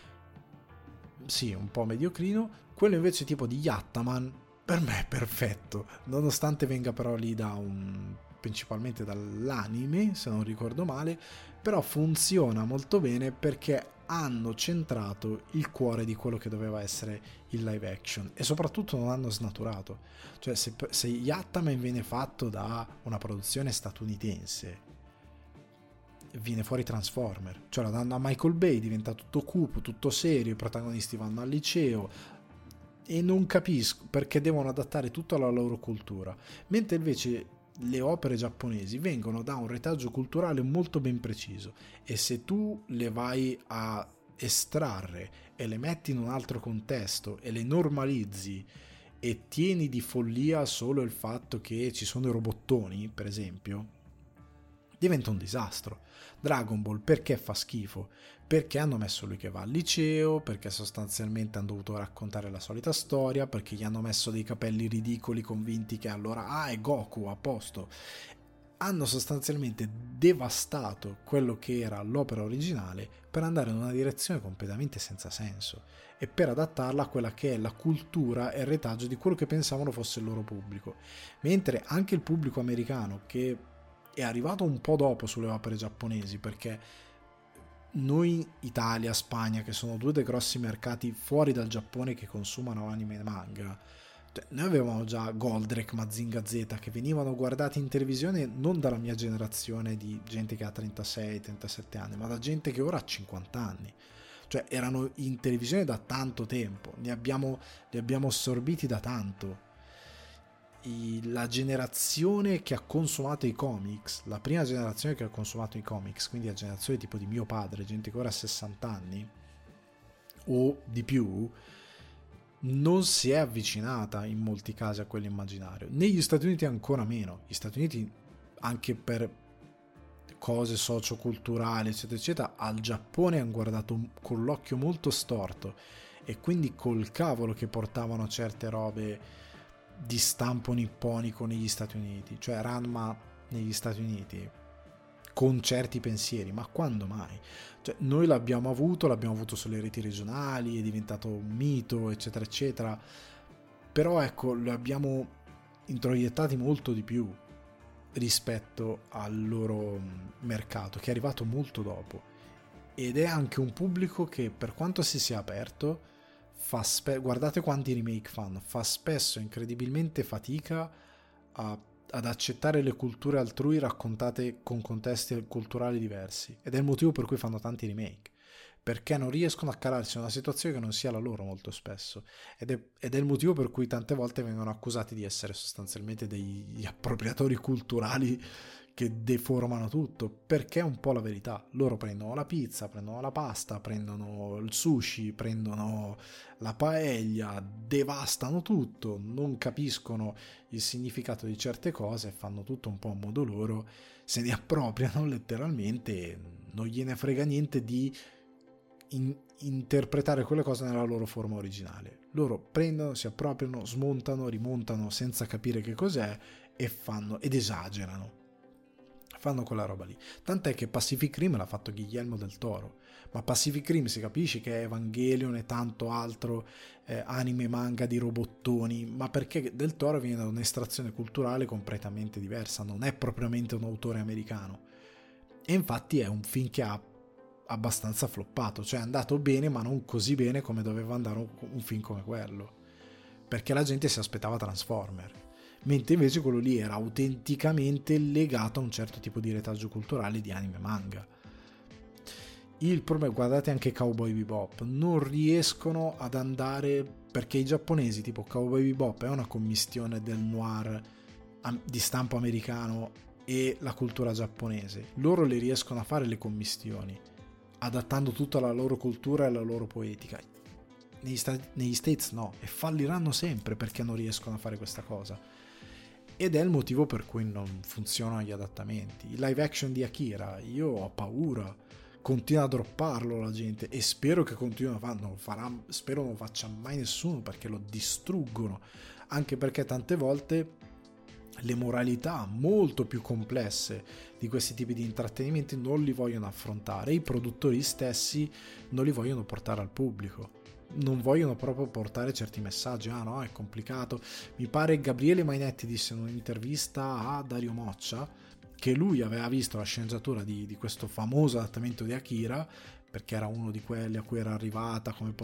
quello invece tipo di Yattaman per me è perfetto, nonostante venga però lì principalmente dall'anime, se non ricordo male, però funziona molto bene perché hanno centrato il cuore di quello che doveva essere il live action, e soprattutto non hanno snaturato. Cioè se Yattaman viene fatto da una produzione statunitense, viene fuori Transformer, cioè la danno a Michael Bay, diventa tutto cupo, tutto serio, i protagonisti vanno al liceo, e non capisco perché devono adattare tutto alla loro cultura, mentre invece le opere giapponesi vengono da un retaggio culturale molto ben preciso, e se tu le vai a estrarre e le metti in un altro contesto e le normalizzi e tieni di follia solo il fatto che ci sono i robottoni, per esempio, diventa un disastro. Dragon Ball perché fa schifo? Perché hanno messo lui che va al liceo, perché sostanzialmente hanno dovuto raccontare la solita storia, perché gli hanno messo dei capelli ridicoli convinti che allora è Goku a posto. hanno sostanzialmente devastato quello che era l'opera originale per andare in una direzione completamente senza senso e per adattarla a quella che è la cultura e il retaggio di quello che pensavano fosse il loro pubblico. Mentre anche il pubblico americano, che è arrivato un po' dopo sulle opere giapponesi, perché noi, Italia, Spagna, che sono due dei grossi mercati fuori dal Giappone che consumano anime e manga, cioè, noi avevamo già Goldrake, Mazinga Z che venivano guardati in televisione non dalla mia generazione di gente che ha 36-37 anni, ma da gente che ora ha 50 anni. Cioè erano in televisione da tanto tempo, li abbiamo assorbiti da tanto. La generazione che ha consumato i comics, la prima generazione che ha consumato i comics, quindi la generazione tipo di mio padre, gente che ora ha 60 anni o di più, non si è avvicinata in molti casi a quell'immaginario. Negli Stati Uniti ancora meno. Gli Stati Uniti, anche per cose socioculturali eccetera eccetera, al Giappone hanno guardato con l'occhio molto storto, e quindi col cavolo che portavano certe robe di stampo nipponico negli Stati Uniti, cioè Ranma negli Stati Uniti con certi pensieri, ma quando mai? Cioè, noi l'abbiamo avuto sulle reti regionali, è diventato un mito eccetera eccetera, però ecco, lo abbiamo introiettati molto di più rispetto al loro mercato, che è arrivato molto dopo, ed è anche un pubblico che, per quanto si sia aperto, guardate quanti remake fanno, fa spesso incredibilmente fatica ad accettare le culture altrui raccontate con contesti culturali diversi, ed è il motivo per cui fanno tanti remake, perché non riescono a calarsi in una situazione che non sia la loro molto spesso, ed è il motivo per cui tante volte vengono accusati di essere sostanzialmente degli appropriatori culturali che deformano tutto, perché è un po' la verità. Loro prendono la pizza, prendono la pasta, prendono il sushi, prendono la paella, devastano tutto, non capiscono il significato di certe cose, fanno tutto un po' a modo loro, se ne appropriano letteralmente, non gliene frega niente di interpretare quelle cose nella loro forma originale. Loro prendono, si appropriano, smontano, rimontano senza capire che cos'è e fanno, ed esagerano, fanno quella roba lì. Tant'è che Pacific Rim l'ha fatto Guillermo del Toro, ma Pacific Rim si capisce che è Evangelion e tanto altro, anime, manga di robottoni, ma perché del Toro viene da un'estrazione culturale completamente diversa, non è propriamente un autore americano, e infatti è un film che ha abbastanza floppato, cioè è andato bene ma non così bene come doveva andare un film come quello, perché la gente si aspettava Transformer, mentre invece quello lì era autenticamente legato a un certo tipo di retaggio culturale di anime e manga. Il problema, guardate anche Cowboy Bebop, non riescono ad andare, perché i giapponesi, tipo Cowboy Bebop è una commistione del noir di stampo americano e la cultura giapponese, loro le riescono a fare le commistioni adattando tutto alla loro cultura e alla loro poetica. Negli States no, e falliranno sempre perché non riescono a fare questa cosa, ed è il motivo per cui non funzionano gli adattamenti. Il live action di Akira, io ho paura, continua a dropparlo la gente, e spero che continui a farlo, spero non faccia mai nessuno, perché lo distruggono, anche perché tante volte le moralità molto più complesse di questi tipi di intrattenimenti non li vogliono affrontare, i produttori stessi non li vogliono portare al pubblico, non vogliono proprio portare certi messaggi. Ah no, è complicato. Mi pare Gabriele Mainetti disse in un'intervista a Dario Moccia che lui aveva visto la sceneggiatura di questo famoso adattamento di Akira, perché era uno di quelli a cui era arrivata come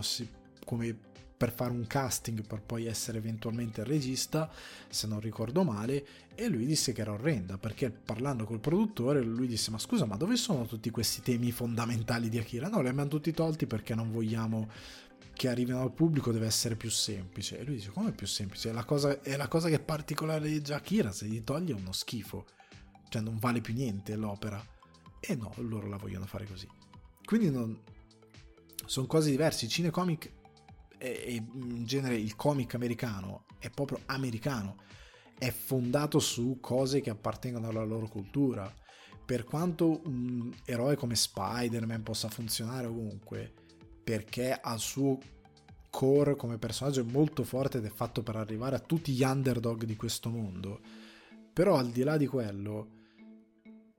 per fare un casting per poi essere eventualmente il regista, se non ricordo male, e lui disse che era orrenda, perché parlando col produttore lui disse: ma scusa, ma dove sono tutti questi temi fondamentali di Akira? No, li abbiamo tutti tolti perché non vogliamo che arrivino al pubblico, deve essere più semplice. E lui dice: come più semplice? È la cosa che è particolareggia Akira, se gli togli è uno schifo, cioè non vale più niente l'opera. E no, loro la vogliono fare così. Quindi sono cose diverse. Il cinecomic e in genere il comic americano è proprio americano, è fondato su cose che appartengono alla loro cultura. Per quanto un eroe come Spider-Man possa funzionare ovunque, perché al suo core come personaggio è molto forte ed è fatto per arrivare a tutti gli underdog di questo mondo, però al di là di quello,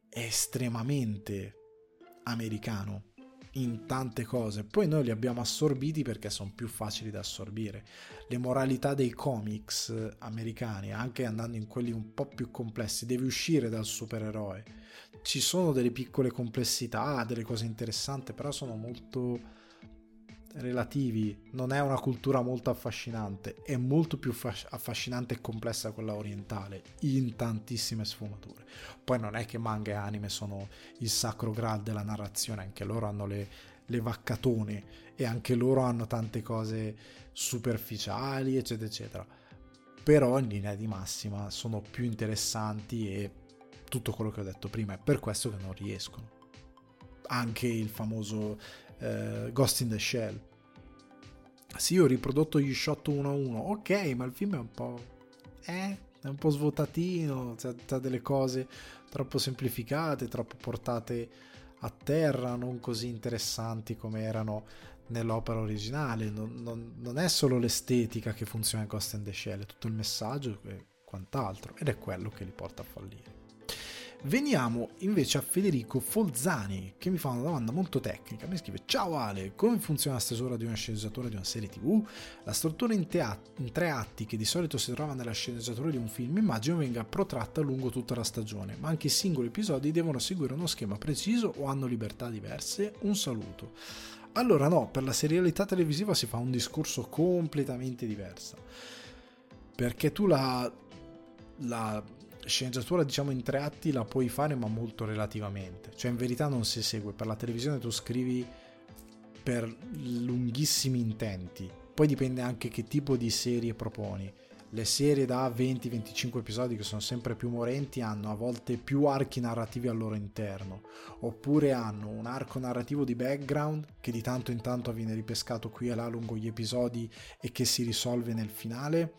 è estremamente americano in tante cose, poi noi li abbiamo assorbiti perché sono più facili da assorbire. Le moralità dei comics americani, anche andando in quelli un po' più complessi, devi uscire dal supereroe. Ci sono delle piccole complessità, delle cose interessanti, però sono molto relativi, non è una cultura molto affascinante, è molto più affascinante e complessa quella orientale in tantissime sfumature. Poi non è che manga e anime sono il sacro graal della narrazione, anche loro hanno le vaccatone e anche loro hanno tante cose superficiali eccetera eccetera, però in linea di massima sono più interessanti e tutto quello che ho detto prima, è per questo che non riescono. Anche il famoso Ghost in the Shell. Sì, ho riprodotto gli shot 1-1, ok, ma il film è un po'... è un po' svuotatino, c'ha delle cose troppo semplificate, troppo portate a terra, non così interessanti come erano nell'opera originale. Non è solo l'estetica che funziona in Ghost in the Shell, è tutto il messaggio e quant'altro, ed è quello che li porta a fallire. Veniamo invece a Federico Folzani, che mi fa una domanda molto tecnica. Mi scrive: ciao Ale, come funziona la stesura di una sceneggiatura di una serie TV? La struttura in 3 atti che di solito si trova nella sceneggiatura di un film immagino venga protratta lungo tutta la stagione, ma anche i singoli episodi devono seguire uno schema preciso o hanno libertà diverse? Un saluto. Allora no, per la serialità televisiva si fa un discorso completamente diverso, perché tu la sceneggiatura diciamo in 3 atti la puoi fare, ma molto relativamente, cioè in verità non si segue. Per la televisione tu scrivi per lunghissimi intenti, poi dipende anche che tipo di serie proponi. Le serie da 20-25 episodi, che sono sempre più morenti, hanno a volte più archi narrativi al loro interno, oppure hanno un arco narrativo di background che di tanto in tanto viene ripescato qui e là lungo gli episodi e che si risolve nel finale,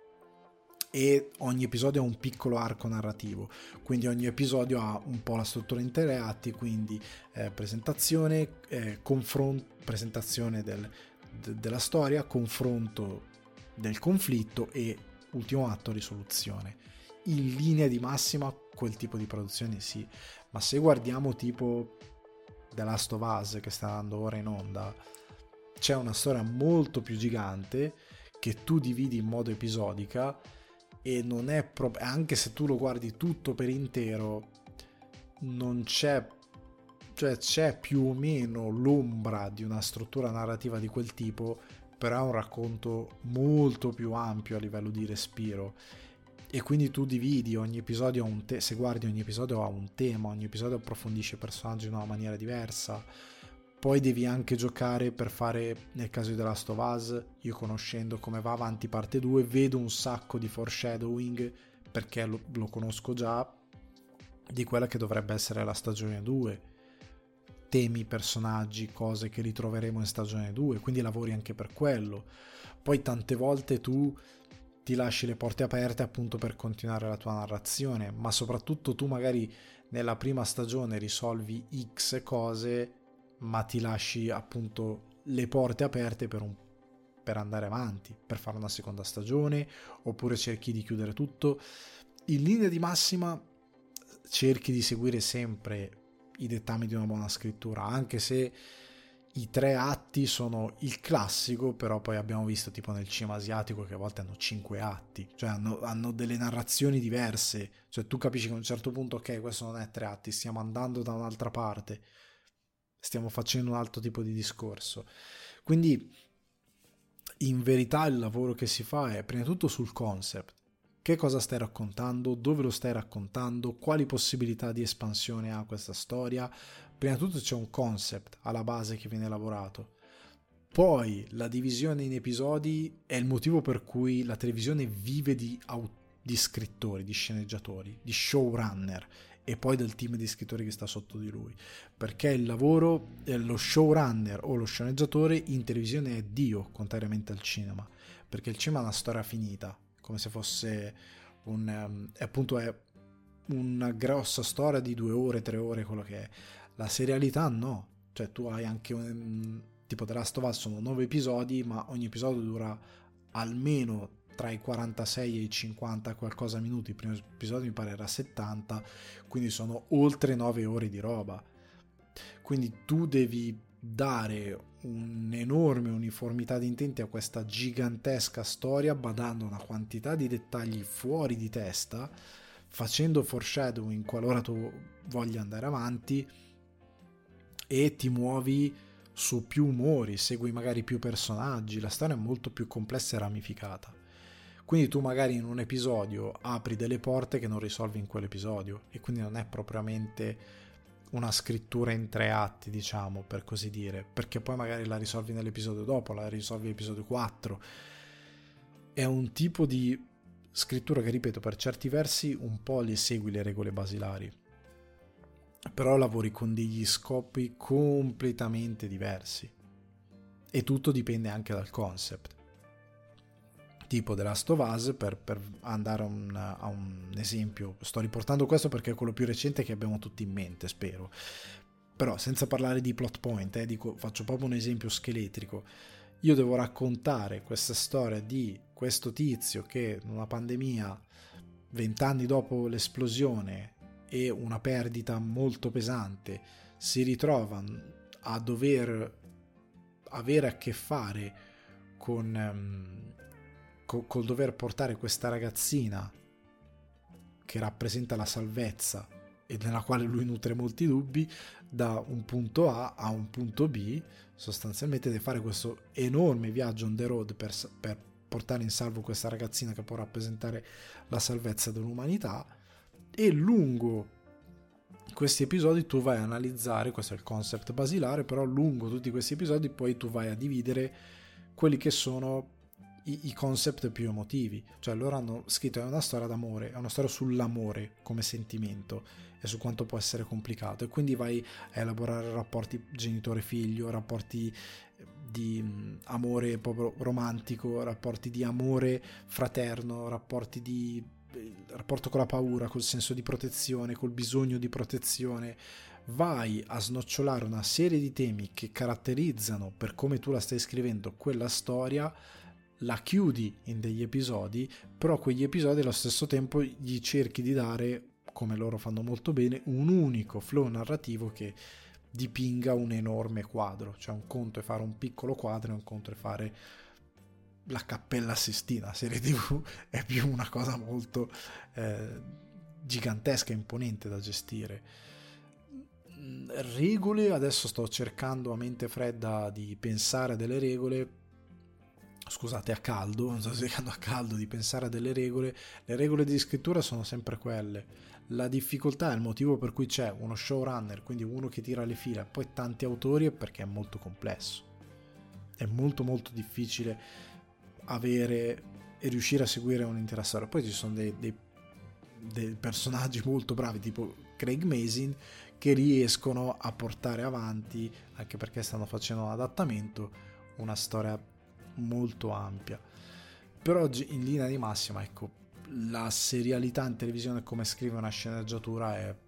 e ogni episodio ha un piccolo arco narrativo, quindi ogni episodio ha un po' la struttura in 3 atti, quindi presentazione, confronto, presentazione della storia, confronto del conflitto e ultimo atto, risoluzione. In linea di massima quel tipo di produzione sì, ma se guardiamo tipo The Last of Us che sta andando ora in onda, c'è una storia molto più gigante che tu dividi in modo episodica, e non è proprio, anche se tu lo guardi tutto per intero, non c'è, cioè c'è più o meno l'ombra di una struttura narrativa di quel tipo, però è un racconto molto più ampio a livello di respiro, e quindi tu dividi ogni episodio a un se guardi ogni episodio ha un tema, ogni episodio approfondisce i personaggi in una maniera diversa. Poi devi anche giocare per fare, nel caso di The Last of Us, io conoscendo come va avanti parte 2, vedo un sacco di foreshadowing, perché lo conosco già, di quella che dovrebbe essere la stagione 2. Temi, personaggi, cose che ritroveremo in stagione 2, quindi lavori anche per quello. Poi tante volte tu ti lasci le porte aperte appunto per continuare la tua narrazione, ma soprattutto tu magari nella prima stagione risolvi X cose, ma ti lasci appunto le porte aperte per andare avanti, per fare una seconda stagione, oppure cerchi di chiudere tutto. In linea di massima cerchi di seguire sempre i dettami di una buona scrittura, anche se i 3 atti sono il classico, però poi abbiamo visto tipo nel cinema asiatico che a volte hanno 5 atti, cioè hanno delle narrazioni diverse, cioè tu capisci che a un certo punto ok, questo non è 3 atti, stiamo andando da un'altra parte, stiamo facendo un altro tipo di discorso. Quindi in verità il lavoro che si fa è prima di tutto sul concept: che cosa stai raccontando, dove lo stai raccontando, quali possibilità di espansione ha questa storia. Prima di tutto c'è un concept alla base che viene lavorato, poi la divisione in episodi è il motivo per cui la televisione vive di scrittori, di sceneggiatori, di showrunner, e poi del team di scrittori che sta sotto di lui, perché il lavoro, lo showrunner o lo sceneggiatore in televisione è Dio, contrariamente al cinema, perché il cinema è una storia finita, come se fosse appunto è una grossa storia di 2 ore, 3 ore, quello che è. La serialità no, cioè tu hai anche tipo The Last of Us sono 9 episodi, ma ogni episodio dura almeno tra i 46 e i 50 qualcosa minuti, il primo episodio mi pare era 70, quindi sono oltre 9 ore di roba. Quindi tu devi dare un'enorme uniformità di intenti a questa gigantesca storia, badando a una quantità di dettagli fuori di testa, facendo foreshadowing qualora tu voglia andare avanti, e ti muovi su più umori, segui magari più personaggi, la storia è molto più complessa e ramificata. Quindi tu magari in un episodio apri delle porte che non risolvi in quell'episodio, e quindi non è propriamente una scrittura in 3 atti, diciamo, per così dire, perché poi magari la risolvi nell'episodio dopo, la risolvi nell'episodio 4. È un tipo di scrittura che, ripeto, per certi versi un po' le segui le regole basilari, però lavori con degli scopi completamente diversi, e tutto dipende anche dal concept. Tipo The Last of Us, per andare a un esempio, sto riportando questo perché è quello più recente che abbiamo tutti in mente, spero, però senza parlare di plot point, dico, faccio proprio un esempio scheletrico. Io devo raccontare questa storia di questo tizio che in una pandemia, 20 anni dopo l'esplosione e una perdita molto pesante, si ritrova a dover avere a che fare col dover portare questa ragazzina che rappresenta la salvezza e nella quale lui nutre molti dubbi, da un punto A un punto B. Sostanzialmente deve fare questo enorme viaggio on the road per portare in salvo questa ragazzina che può rappresentare la salvezza dell'umanità, e lungo questi episodi tu vai a analizzare, questo è il concept basilare, però lungo tutti questi episodi poi tu vai a dividere quelli che sono i concept più emotivi. Cioè loro hanno scritto, è una storia d'amore, è una storia sull'amore come sentimento e su quanto può essere complicato, e quindi vai a elaborare rapporti genitore-figlio, rapporti di amore proprio romantico, rapporti di amore fraterno, rapporto con la paura, col senso di protezione, col bisogno di protezione. Vai a snocciolare una serie di temi che caratterizzano, per come tu la stai scrivendo, quella storia, la chiudi in degli episodi, però quegli episodi allo stesso tempo gli cerchi di dare, come loro fanno molto bene, un unico flow narrativo che dipinga un enorme quadro. Cioè un conto è fare un piccolo quadro e un conto è fare la Cappella Sistina. Serie TV è più una cosa molto gigantesca e imponente da gestire. Regole, adesso sto cercando a mente fredda di pensare a delle regole, scusate, a caldo, non sto cercando a caldo di pensare a delle regole. Le regole di scrittura sono sempre quelle. La difficoltà, il motivo per cui c'è uno showrunner, quindi uno che tira le fila, e poi tanti autori, è perché è molto complesso. È molto molto difficile avere e riuscire a seguire un'intera storia. Poi ci sono dei personaggi molto bravi, tipo Craig Mazin, che riescono a portare avanti, anche perché stanno facendo un adattamento, una storia molto ampia. Però in linea di massima, ecco, la serialità in televisione, come scrive una sceneggiatura, è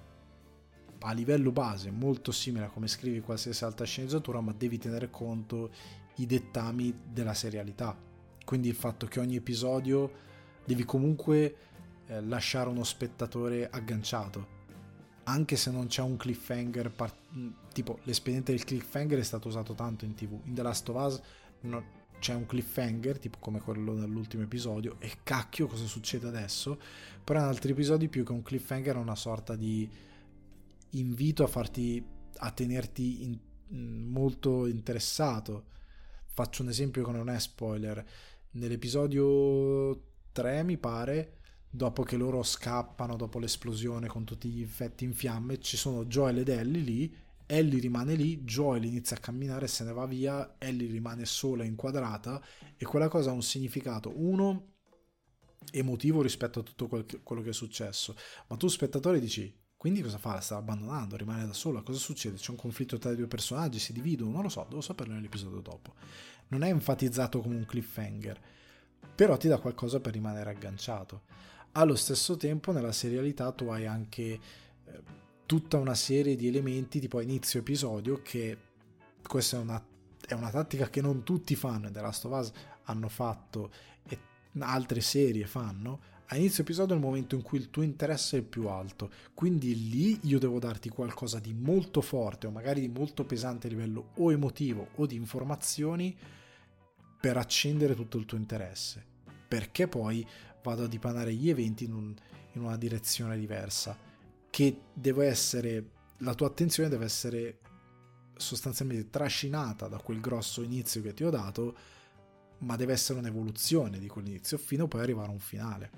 a livello base molto simile a come scrivi qualsiasi altra sceneggiatura, ma devi tenere conto i dettami della serialità. Quindi il fatto che ogni episodio devi comunque lasciare uno spettatore agganciato, anche se non c'è un cliffhanger tipo l'espediente del cliffhanger è stato usato tanto in TV. In The Last of Us c'è un cliffhanger tipo come quello dell'ultimo episodio, e cacchio cosa succede adesso. Però in altri episodi più che un cliffhanger è una sorta di invito a tenerti molto interessato. Faccio un esempio che non è spoiler. Nell'episodio 3 mi pare, dopo che loro scappano dopo l'esplosione con tutti gli infetti in fiamme, ci sono Joel ed Ellie lì. Ellie rimane lì, Joel inizia a camminare e se ne va via, Ellie rimane sola inquadrata, e quella cosa ha un significato, uno emotivo rispetto a tutto quello che è successo, ma tu spettatore dici, quindi cosa fa? La sta abbandonando, rimane da sola, cosa succede? C'è un conflitto tra i due personaggi, si dividono? Non lo so, devo saperlo nell'episodio dopo. Non è enfatizzato come un cliffhanger, però ti dà qualcosa per rimanere agganciato. Allo stesso tempo nella serialità tu hai anche tutta una serie di elementi tipo inizio episodio, che questa è una tattica che non tutti fanno, e The Last of Us hanno fatto, e altre serie fanno, a inizio episodio è il momento in cui il tuo interesse è il più alto, quindi lì io devo darti qualcosa di molto forte o magari di molto pesante a livello o emotivo o di informazioni per accendere tutto il tuo interesse, perché poi vado a dipanare gli eventi in una direzione diversa, che deve essere, la tua attenzione deve essere sostanzialmente trascinata da quel grosso inizio che ti ho dato, ma deve essere un'evoluzione di quell'inizio fino a poi arrivare a un finale.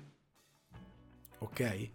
Ok?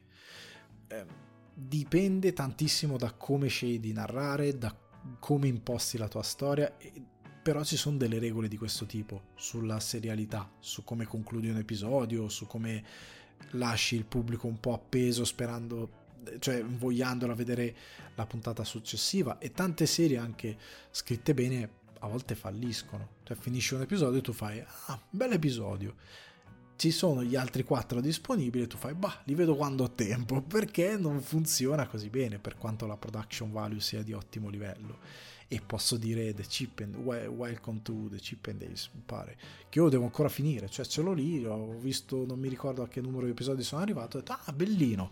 Dipende tantissimo da come scegli di narrare, da come imposti la tua storia, però ci sono delle regole di questo tipo sulla serialità, su come concludi un episodio, su come lasci il pubblico un po' appeso sperando, cioè invogliandolo a vedere la puntata successiva, e tante serie anche scritte bene a volte falliscono, cioè finisci un episodio e tu fai bel episodio, ci sono gli altri 4 disponibili e tu fai li vedo quando ho tempo, perché non funziona così bene, per quanto la production value sia di ottimo livello. E posso dire Welcome to the Chip and Days, mi pare, che io devo ancora finire, cioè ce l'ho lì, ho visto, non mi ricordo a che numero di episodi sono arrivato, ho detto bellino,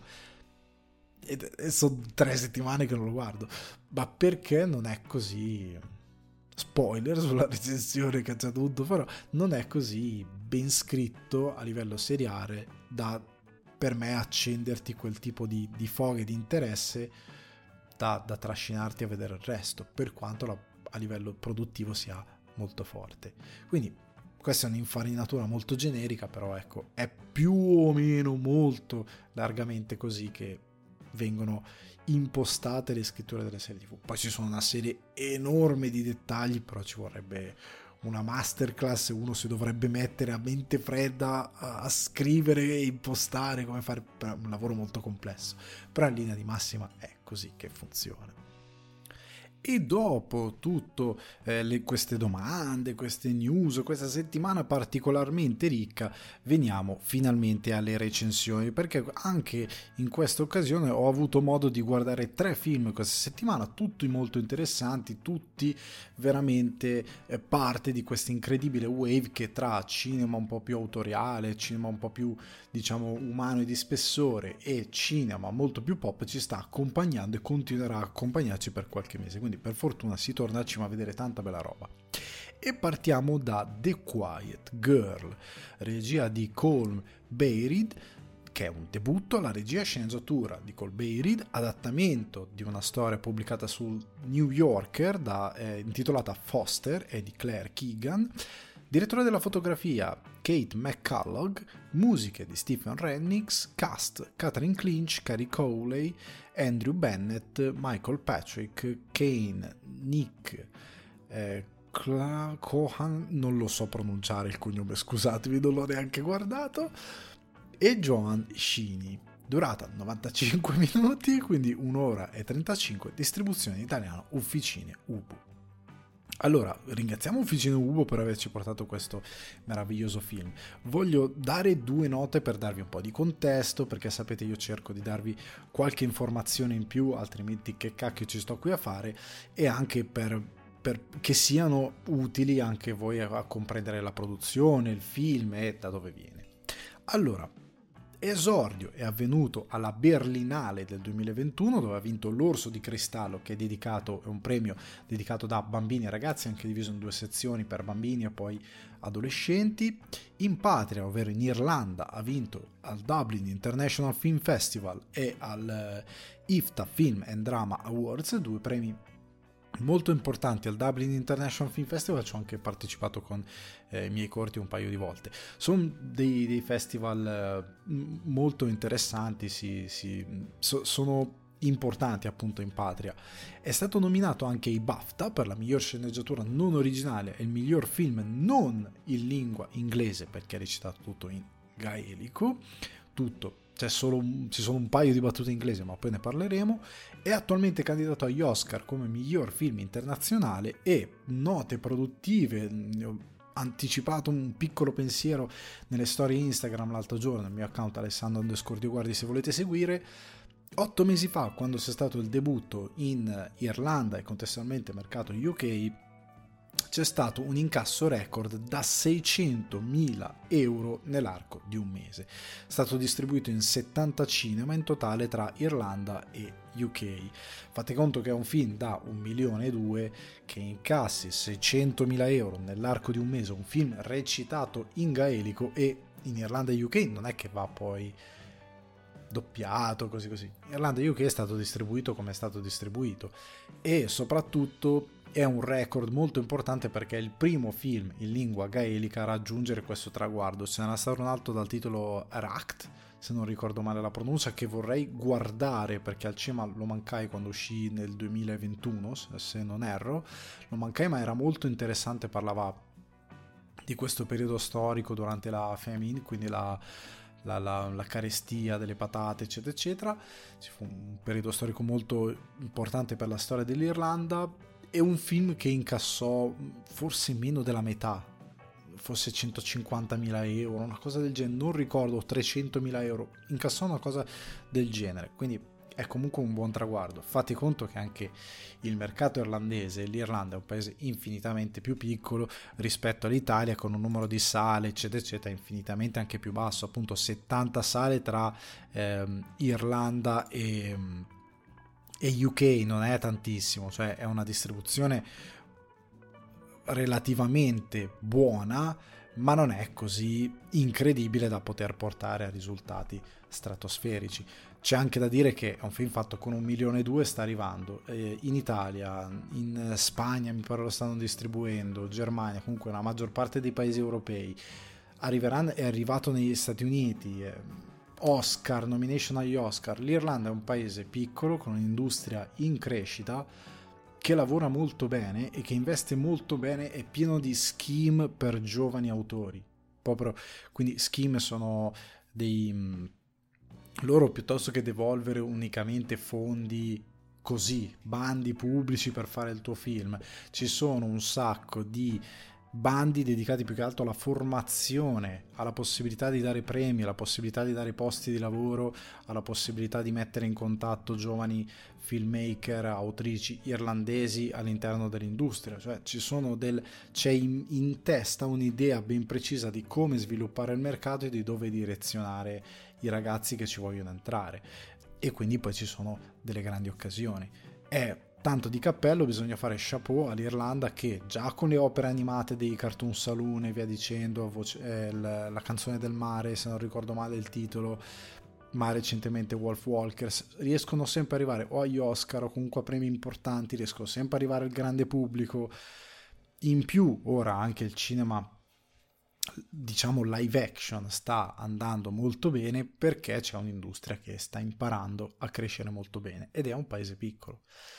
e sono 3 settimane che non lo guardo, ma perché non è così, spoiler sulla recensione che c'è dovuto, però non è così ben scritto a livello seriale da per me accenderti quel tipo di foghe di interesse da trascinarti a vedere il resto, per quanto a livello produttivo sia molto forte. Quindi questa è un'infarinatura molto generica, però ecco, è più o meno molto largamente così che vengono impostate le scritture delle serie TV. Poi ci sono una serie enorme di dettagli, però ci vorrebbe una masterclass, uno si dovrebbe mettere a mente fredda a scrivere e impostare come fare, un lavoro molto complesso, però in linea di massima è così che funziona. E dopo tutto queste domande, queste news, questa settimana particolarmente ricca, veniamo finalmente alle recensioni, perché anche in questa occasione ho avuto modo di guardare 3 film questa settimana, tutti molto interessanti, tutti veramente parte di questa incredibile wave che tra cinema un po' più autoriale, cinema un po' più diciamo umano e di spessore e cinema molto più pop ci sta accompagnando e continuerà a accompagnarci per qualche mese, quindi per fortuna si torna al cinema a vedere tanta bella roba. E partiamo da The Quiet Girl, regia di Colm Beirid, che è un debutto alla regia e sceneggiatura di Colm Beirid, adattamento di una storia pubblicata sul New Yorker intitolata Foster e di Claire Keegan, direttore della fotografia Kate McCullough, musiche di Stephen Rennix, cast Catherine Clinch, Carrie Cowley, Andrew Bennett, Michael Patrick, Kane, Nick Cohan, non lo so pronunciare il cognome, scusatevi, non l'ho neanche guardato, e Joan Sheeny. Durata 95 minuti, quindi 1 ora e 35, distribuzione in italiano Ufficine Ubu. Allora, ringraziamo Ufficine Ubu per averci portato questo meraviglioso film. Voglio dare 2 note per darvi un po' di contesto, perché sapete io cerco di darvi qualche informazione in più, altrimenti che cacchio ci sto qui a fare, e anche per che siano utili anche voi a comprendere la produzione, il film e da dove viene. Allora, esordio è avvenuto alla Berlinale del 2021, dove ha vinto l'Orso di Cristallo, che è un premio dedicato da bambini e ragazzi, anche diviso in 2 sezioni per bambini e poi adolescenti. In patria, ovvero in Irlanda, ha vinto al Dublin International Film Festival e al IFTA Film and Drama Awards, 2 premi molto importanti. Al Dublin International Film Festival ci ho anche partecipato con i miei corti un paio di volte. Sono dei festival molto interessanti, sono importanti appunto in patria. È stato nominato anche ai BAFTA per la miglior sceneggiatura non originale e il miglior film non in lingua inglese, perché ha recitato tutto in gaelico, ci sono un paio di battute in inglese, ma poi ne parleremo. È attualmente candidato agli Oscar come miglior film internazionale, e note produttive, ho anticipato un piccolo pensiero nelle storie Instagram l'altro giorno, nel mio account Alessandro_Dioguardi, se volete seguire. 8 mesi fa, quando c'è stato il debutto in Irlanda e contestualmente mercato UK, c'è stato un incasso record da 600.000 euro nell'arco di un mese. È stato distribuito in 70 cinema in totale tra Irlanda e UK. Fate conto che è un film da 1,2 milioni che incassi 600.000 euro nell'arco di un mese, un film recitato in gaelico, e in Irlanda e UK non è che va poi doppiato così. In Irlanda e UK è stato distribuito come è stato distribuito, e soprattutto è un record molto importante perché è il primo film in lingua gaelica a raggiungere questo traguardo. Ce n'era stato un altro dal titolo Racht, se non ricordo male la pronuncia, che vorrei guardare perché al cinema lo mancai quando uscì nel 2021, se non erro, lo mancai, ma era molto interessante, parlava di questo periodo storico durante la famine, quindi la carestia delle patate eccetera eccetera. Ci fu un periodo storico molto importante per la storia dell'Irlanda. È un film che incassò forse meno della metà, forse 150.000 euro, una cosa del genere, non ricordo, 300.000 euro, incassò una cosa del genere, quindi è comunque un buon traguardo. Fate conto che anche il mercato irlandese, l'Irlanda è un paese infinitamente più piccolo rispetto all'Italia, con un numero di sale eccetera eccetera infinitamente anche più basso, appunto 70 sale tra Irlanda e UK, non è tantissimo, cioè è una distribuzione relativamente buona, ma non è così incredibile da poter portare a risultati stratosferici. C'è anche da dire che è un film fatto con 1,2 milioni, sta arrivando in Italia, in Spagna mi pare lo stanno distribuendo, Germania, comunque la maggior parte dei paesi europei. È arrivato negli Stati Uniti, Oscar, nomination agli Oscar. L'Irlanda è un paese piccolo con un'industria in crescita che lavora molto bene e che investe molto bene, è pieno di scheme per giovani autori. Quindi scheme sono loro, piuttosto che devolvere unicamente fondi così, bandi pubblici per fare il tuo film, ci sono un sacco di bandi dedicati più che altro alla formazione, alla possibilità di dare premi, alla possibilità di dare posti di lavoro, alla possibilità di mettere in contatto giovani filmmaker, autrici irlandesi all'interno dell'industria. Cioè c'è in testa un'idea ben precisa di come sviluppare il mercato e di dove direzionare i ragazzi che ci vogliono entrare, e quindi poi ci sono delle grandi occasioni. Tanto di cappello, bisogna fare chapeau all'Irlanda, che già con le opere animate dei Cartoon Saloon e via dicendo, la canzone del mare, se non ricordo male il titolo, ma recentemente Wolf Walkers, riescono sempre ad arrivare o agli Oscar o comunque a premi importanti, riescono sempre ad arrivare al grande pubblico. In più ora anche il cinema, diciamo live action, sta andando molto bene perché c'è un'industria che sta imparando a crescere molto bene, ed è un paese piccolo.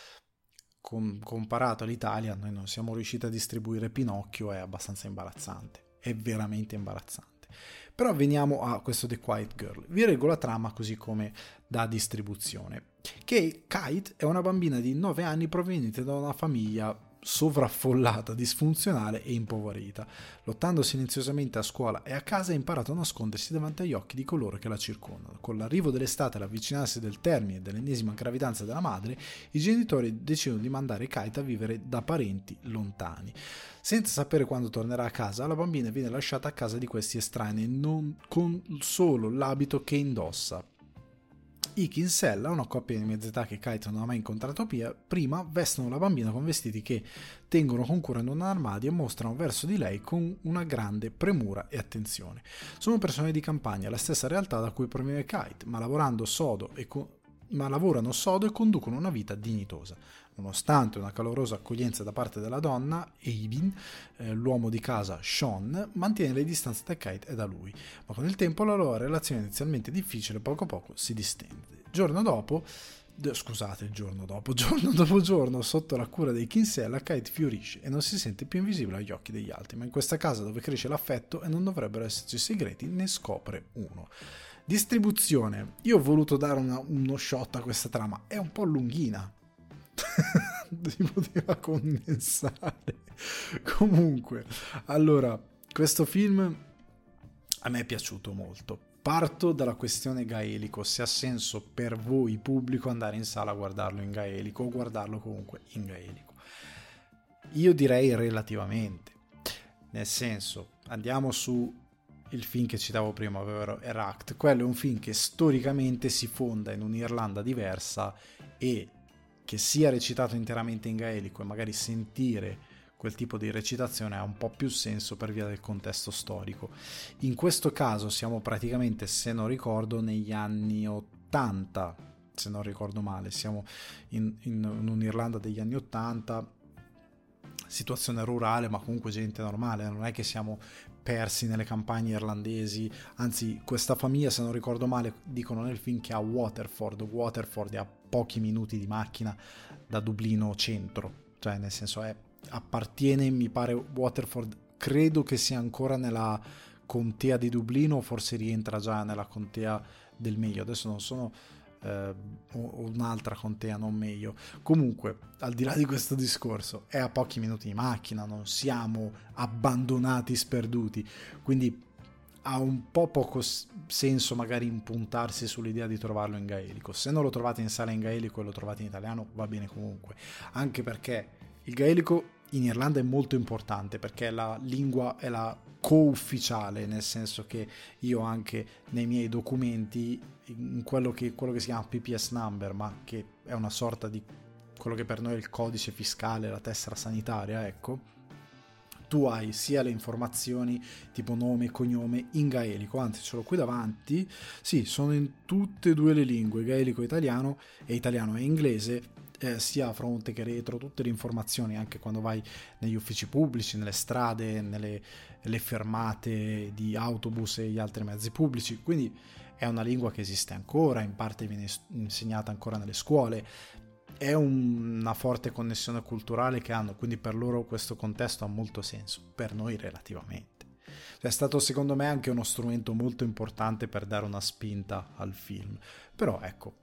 Comparato all'Italia, noi non siamo riusciti a distribuire Pinocchio, è abbastanza imbarazzante, è veramente imbarazzante. Però veniamo a questo The Quiet Girl. Vi leggo la trama così come da distribuzione. Che Kate è una bambina di 9 anni proveniente da una famiglia sovraffollata, disfunzionale e impoverita. Lottando silenziosamente a scuola e a casa, ha imparato a nascondersi davanti agli occhi di coloro che la circondano. Con l'arrivo dell'estate e l'avvicinarsi del termine dell'ennesima gravidanza della madre, i genitori decidono di mandare Kate a vivere da parenti lontani. Senza sapere quando tornerà a casa, la bambina viene lasciata a casa di questi estranei, non con solo l'abito che indossa. I Kinsella, una coppia di mezza età che Kate non ha mai incontrato prima, vestono la bambina con vestiti che tengono con cura in un armadio e mostrano verso di lei con una grande premura e attenzione. Sono persone di campagna, la stessa realtà da cui proviene Kate, ma lavorano sodo e conducono una vita dignitosa. Nonostante una calorosa accoglienza da parte della donna, Eivin, l'uomo di casa Sean, mantiene le distanze da Kate e da lui, ma con il tempo la loro relazione inizialmente difficile poco a poco si distende. Giorno dopo, sotto la cura dei Kinsella, Kate fiorisce e non si sente più invisibile agli occhi degli altri, ma in questa casa dove cresce l'affetto e non dovrebbero esserci segreti, ne scopre uno. Distribuzione. Io ho voluto dare uno shot a questa trama, è un po' lunghina. Si poteva condensare. Comunque, allora, questo film a me è piaciuto molto. Parto dalla questione gaelico, se ha senso per voi pubblico andare in sala a guardarlo in gaelico o guardarlo comunque in gaelico. Io direi relativamente, nel senso, andiamo su il film che citavo prima, ovvero Eracht. Quello è un film che storicamente si fonda in un'Irlanda diversa e che sia recitato interamente in gaelico e magari sentire quel tipo di recitazione ha un po' più senso per via del contesto storico. In questo caso siamo praticamente, se non ricordo, negli anni 80, se non ricordo male, siamo in un'Irlanda degli anni 80, situazione rurale, ma comunque gente normale, non è che siamo persi nelle campagne irlandesi, anzi questa famiglia, se non ricordo male, dicono nel film che a Waterford è a pochi minuti di macchina da Dublino centro, cioè nel senso appartiene, mi pare, Waterford credo che sia ancora nella contea di Dublino o forse rientra già nella contea del Mayo, adesso non sono un'altra contea, non meglio. Comunque, al di là di questo discorso, è a pochi minuti di macchina, non siamo abbandonati, sperduti, quindi ha un po' poco senso magari impuntarsi sull'idea di trovarlo in gaelico. Se non lo trovate in sala in gaelico e lo trovate in italiano, va bene comunque, anche perché il gaelico in Irlanda è molto importante, perché la lingua è la co-ufficiale, nel senso che io anche nei miei documenti, in quello che si chiama PPS number, ma che è una sorta di quello che per noi è il codice fiscale, la tessera sanitaria, ecco, tu hai sia le informazioni tipo nome e cognome in gaelico, anzi ce l'ho qui davanti, sì, sono in tutte e due le lingue, gaelico e italiano e inglese, sia a fronte che retro, tutte le informazioni, anche quando vai negli uffici pubblici, nelle strade, nelle fermate di autobus e gli altri mezzi pubblici, quindi è una lingua che esiste ancora, in parte viene insegnata ancora nelle scuole, è una forte connessione culturale che hanno, quindi per loro questo contesto ha molto senso, per noi relativamente. È stato secondo me anche uno strumento molto importante per dare una spinta al film, però ecco,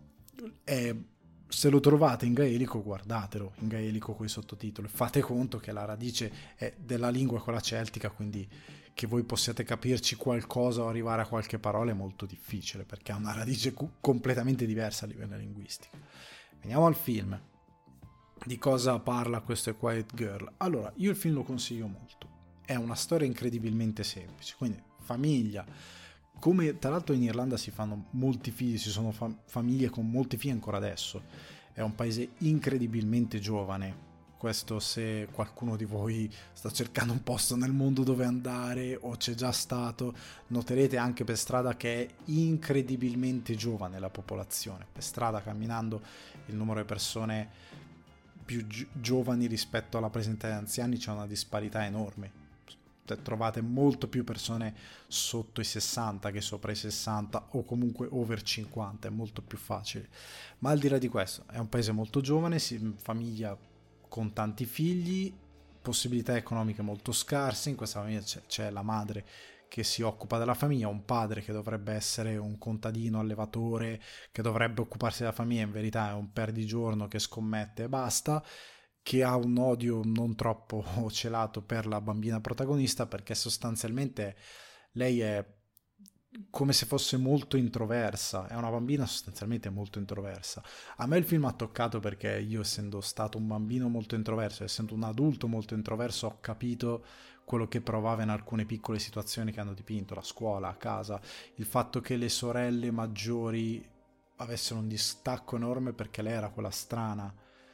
se lo trovate in gaelico guardatelo in gaelico con i sottotitoli, fate conto che la radice è della lingua quella celtica, quindi che voi possiate capirci qualcosa o arrivare a qualche parola è molto difficile perché ha una radice completamente diversa a livello linguistico. Veniamo al film. Di cosa parla questo Quiet Girl? Allora, io il film lo consiglio molto. È una storia incredibilmente semplice, quindi famiglia. Come tra l'altro in Irlanda si fanno molti figli, ci sono famiglie con molti figli ancora adesso. È un paese incredibilmente giovane. Questo se qualcuno di voi sta cercando un posto nel mondo dove andare o c'è già stato, noterete anche per strada che è incredibilmente giovane la popolazione. Per strada, camminando, il numero di persone più giovani rispetto alla presenza di anziani c'è una disparità enorme. Trovate molto più persone sotto i 60 che sopra i 60 o comunque over 50, è molto più facile. Ma al di là di questo, è un paese molto giovane, famiglia con tanti figli, possibilità economiche molto scarse. In questa famiglia c'è la madre che si occupa della famiglia, un padre che dovrebbe essere un contadino, allevatore, che dovrebbe occuparsi della famiglia, in verità è un perdigiorno che scommette e basta, che ha un odio non troppo celato per la bambina protagonista, perché sostanzialmente lei è come se fosse molto introversa, è una bambina sostanzialmente molto introversa. A me il film ha toccato perché io, essendo stato un bambino molto introverso, essendo un adulto molto introverso, ho capito quello che provava in alcune piccole situazioni che hanno dipinto, la scuola, a casa, il fatto che le sorelle maggiori avessero un distacco enorme perché lei era quella strana,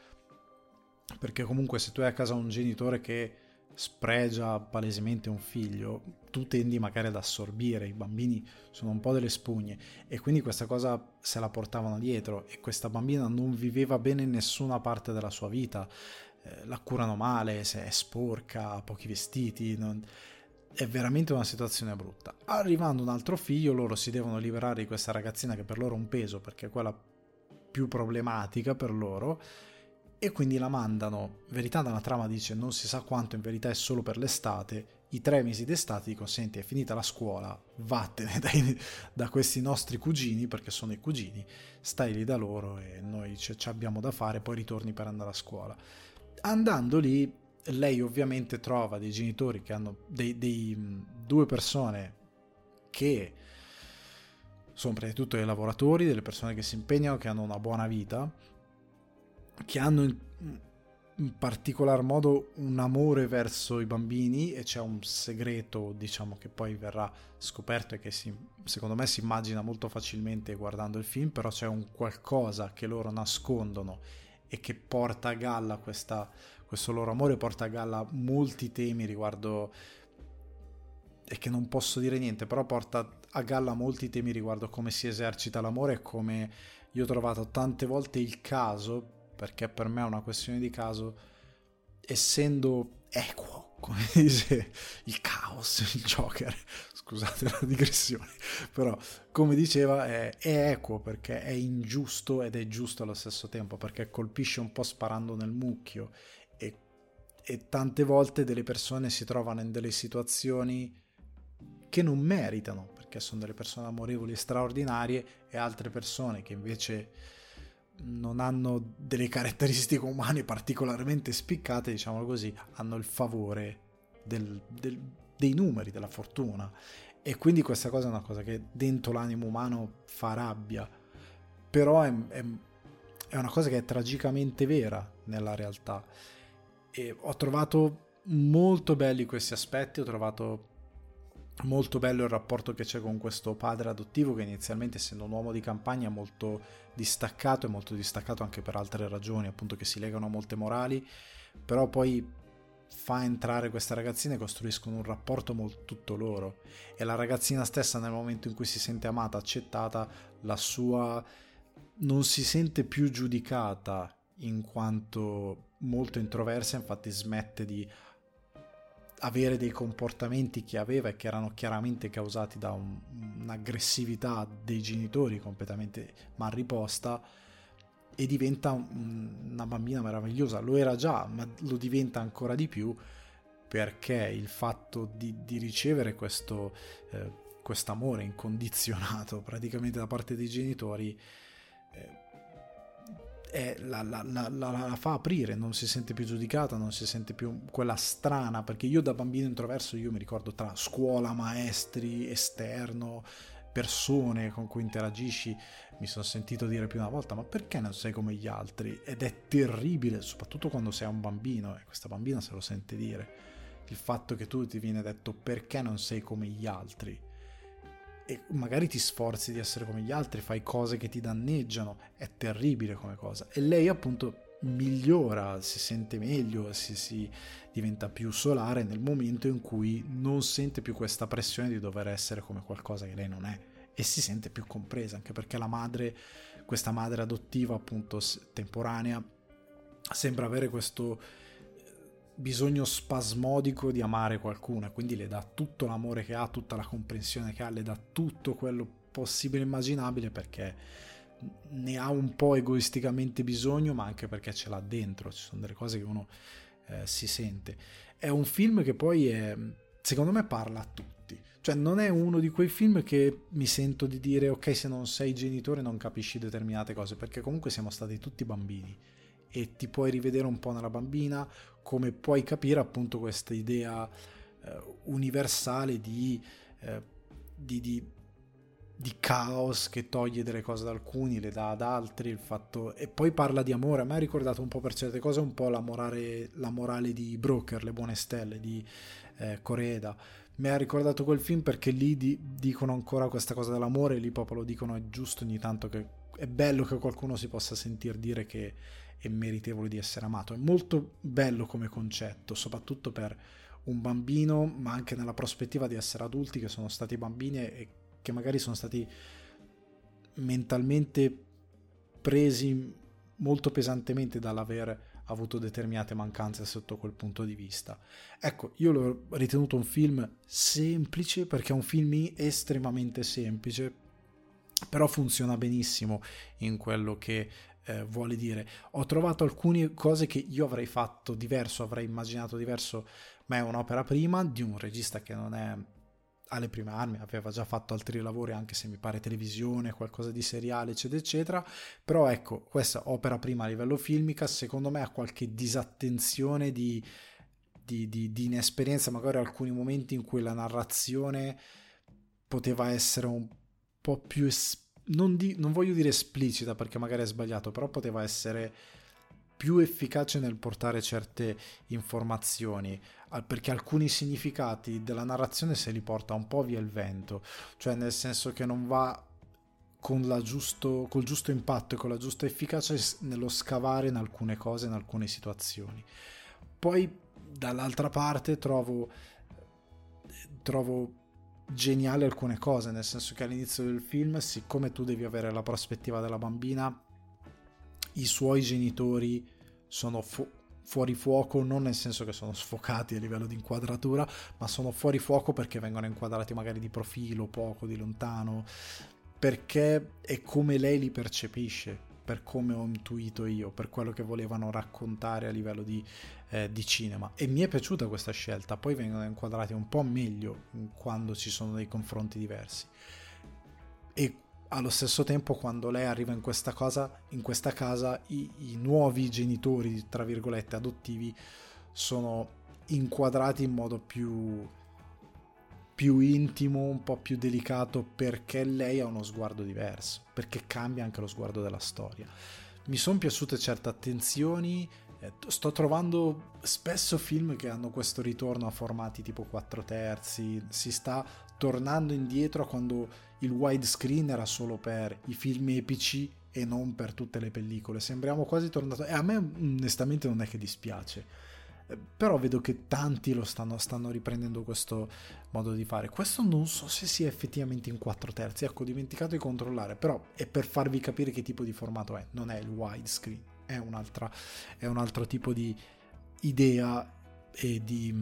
perché comunque se tu hai a casa un genitore che spregia palesemente un figlio, tu tendi magari ad assorbire, i bambini sono un po' delle spugne e quindi questa cosa se la portavano dietro e questa bambina non viveva bene in nessuna parte della sua vita, la curano male, se è sporca, ha pochi vestiti, è veramente una situazione brutta. Arrivando un altro figlio, loro si devono liberare di questa ragazzina che per loro è un peso perché è quella più problematica per loro, e quindi la mandano, in verità dalla trama dice non si sa quanto, in verità è solo per l'estate, i 3 mesi d'estate dicono senti è finita la scuola, vattene da questi nostri cugini, perché sono i cugini, stai lì da loro e noi ci abbiamo da fare, poi ritorni per andare a scuola. Andando lì lei ovviamente trova dei genitori che hanno due persone che sono prima di tutto dei lavoratori, delle persone che si impegnano, che hanno una buona vita, che hanno in particolar modo un amore verso i bambini, e c'è un segreto, diciamo, che poi verrà scoperto e che secondo me si immagina molto facilmente guardando il film, però c'è un qualcosa che loro nascondono e che porta a galla questo loro amore, porta a galla molti temi riguardo, e che non posso dire niente, però porta a galla molti temi riguardo come si esercita l'amore e come io ho trovato tante volte il caso, perché per me è una questione di caso, essendo equo, come dice il caos, il Joker, scusate la digressione, però come diceva è equo perché è ingiusto ed è giusto allo stesso tempo, perché colpisce un po' sparando nel mucchio, e tante volte delle persone si trovano in delle situazioni che non meritano, perché sono delle persone amorevoli e straordinarie, e altre persone che invece non hanno delle caratteristiche umane particolarmente spiccate, diciamolo così, hanno il favore dei numeri, della fortuna, e quindi questa cosa è una cosa che dentro l'animo umano fa rabbia, però è una cosa che è tragicamente vera nella realtà, e ho trovato molto belli questi aspetti, ho trovato molto bello il rapporto che c'è con questo padre adottivo, che inizialmente, essendo un uomo di campagna, è molto distaccato, e molto distaccato anche per altre ragioni, appunto, che si legano a molte morali, però poi fa entrare questa ragazzina e costruiscono un rapporto tutto loro, e la ragazzina stessa, nel momento in cui si sente amata, accettata, la sua non si sente più giudicata, in quanto molto introversa, infatti smette di avere dei comportamenti che aveva e che erano chiaramente causati da un'aggressività dei genitori completamente mal riposta, e diventa una bambina meravigliosa. Lo era già, ma lo diventa ancora di più, perché il fatto di ricevere questo amore incondizionato praticamente da parte dei genitori la fa aprire, non si sente più giudicata, non si sente più quella strana, perché io da bambino introverso, io mi ricordo, tra scuola, maestri, esterno, persone con cui interagisci, mi sono sentito dire più una volta: ma perché non sei come gli altri? Ed è terribile, soprattutto quando sei un bambino, e questa bambina se lo sente dire, il fatto che tu ti viene detto perché non sei come gli altri, e magari ti sforzi di essere come gli altri, fai cose che ti danneggiano, è terribile come cosa. E lei appunto migliora, si sente meglio, si diventa più solare nel momento in cui non sente più questa pressione di dover essere come qualcosa che lei non è, e si sente più compresa, anche perché la madre, questa madre adottiva appunto temporanea, sembra avere questo bisogno spasmodico di amare qualcuno, e quindi le dà tutto l'amore che ha, tutta la comprensione che ha, le dà tutto quello possibile e immaginabile, perché ne ha un po' egoisticamente bisogno, ma anche perché ce l'ha dentro, ci sono delle cose che uno si sente. È un film che poi secondo me parla a tutti, cioè non è uno di quei film che mi sento di dire ok, se non sei genitore non capisci determinate cose, perché comunque siamo stati tutti bambini e ti puoi rivedere un po' nella bambina, come puoi capire appunto questa idea universale di caos che toglie delle cose ad alcuni, le dà ad altri, il fatto, e poi parla di amore. A me ha ricordato un po' per certe cose un po' la morale di Broker, Le buone stelle di Koreeda. Mi ha ricordato quel film perché lì dicono ancora questa cosa dell'amore, lì proprio lo dicono, è giusto ogni tanto, che è bello che qualcuno si possa sentir dire che è meritevole di essere amato. È molto bello come concetto, soprattutto per un bambino, ma anche nella prospettiva di essere adulti che sono stati bambini e che magari sono stati mentalmente presi molto pesantemente dall'aver avuto determinate mancanze sotto quel punto di vista. Ecco, io l'ho ritenuto un film semplice, perché è un film estremamente semplice, però funziona benissimo in quello che vuole dire. Ho trovato alcune cose che io avrei fatto diverso, avrei immaginato diverso, ma è un'opera prima di un regista che non è alle prime armi, aveva già fatto altri lavori, anche se mi pare televisione, qualcosa di seriale, eccetera eccetera, però ecco, questa opera prima a livello filmica, secondo me ha qualche disattenzione di inesperienza, magari alcuni momenti in cui la narrazione poteva essere un po' più non voglio dire esplicita, perché magari è sbagliato, però poteva essere più efficace nel portare certe informazioni, perché alcuni significati della narrazione se li porta un po' via il vento, cioè nel senso che non va col giusto impatto e con la giusta efficacia nello scavare in alcune cose, in alcune situazioni. Poi dall'altra parte trovo geniale alcune cose, nel senso che all'inizio del film, siccome tu devi avere la prospettiva della bambina, i suoi genitori sono fuori fuoco, non nel senso che sono sfocati a livello di inquadratura, ma sono fuori fuoco perché vengono inquadrati magari di profilo, poco, di lontano, perché è come lei li percepisce, per come ho intuito io, per quello che volevano raccontare a livello di cinema, e mi è piaciuta questa scelta. Poi vengono inquadrati un po' meglio quando ci sono dei confronti diversi, e allo stesso tempo quando lei arriva in questa casa, i nuovi genitori tra virgolette adottivi sono inquadrati in modo più intimo, un po' più delicato, perché lei ha uno sguardo diverso, perché cambia anche lo sguardo della storia. Mi sono piaciute certe attenzioni. Sto trovando spesso film che hanno questo ritorno a formati tipo 4/3, si sta tornando indietro a quando il widescreen era solo per i film epici e non per tutte le pellicole. Sembriamo quasi tornati, e a me onestamente non è che dispiace, però vedo che tanti lo stanno riprendendo questo modo di fare. Questo non so se sia effettivamente in 4/3, ecco, ho dimenticato di controllare, però è per farvi capire che tipo di formato è. Non è il widescreen, è un altro tipo di idea e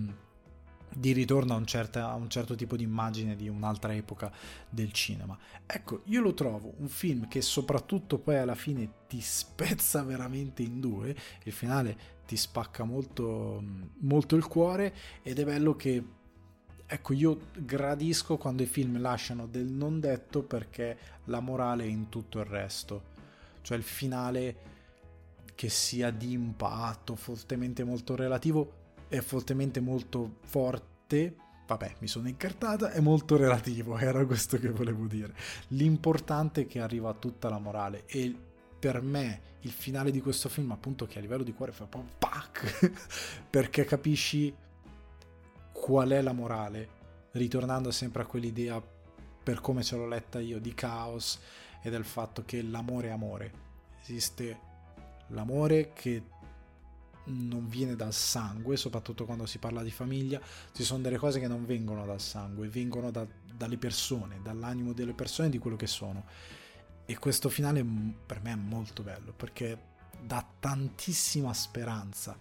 di ritorno a un certo tipo di immagine di un'altra epoca del cinema. Ecco, io lo trovo un film che soprattutto poi alla fine ti spezza veramente in due, il finale ti spacca molto, molto il cuore, ed è bello che, ecco, io gradisco quando i film lasciano del non detto, perché la morale è in tutto il resto, cioè il finale, che sia di impatto, fortemente molto relativo e fortemente molto forte, vabbè, mi sono incartata, è molto relativo, era questo che volevo dire. L'importante è che arriva tutta la morale, e per me il finale di questo film, appunto, che a livello di cuore fa proprio pac, perché capisci qual è la morale, ritornando sempre a quell'idea, per come ce l'ho letta io, di caos, e del fatto che l'amore è amore. Esiste l'amore che non viene dal sangue, soprattutto quando si parla di famiglia. Ci sono delle cose che non vengono dal sangue, vengono dalle persone, dall'animo delle persone, di quello che sono. E questo finale per me è molto bello, perché dà tantissima speranza,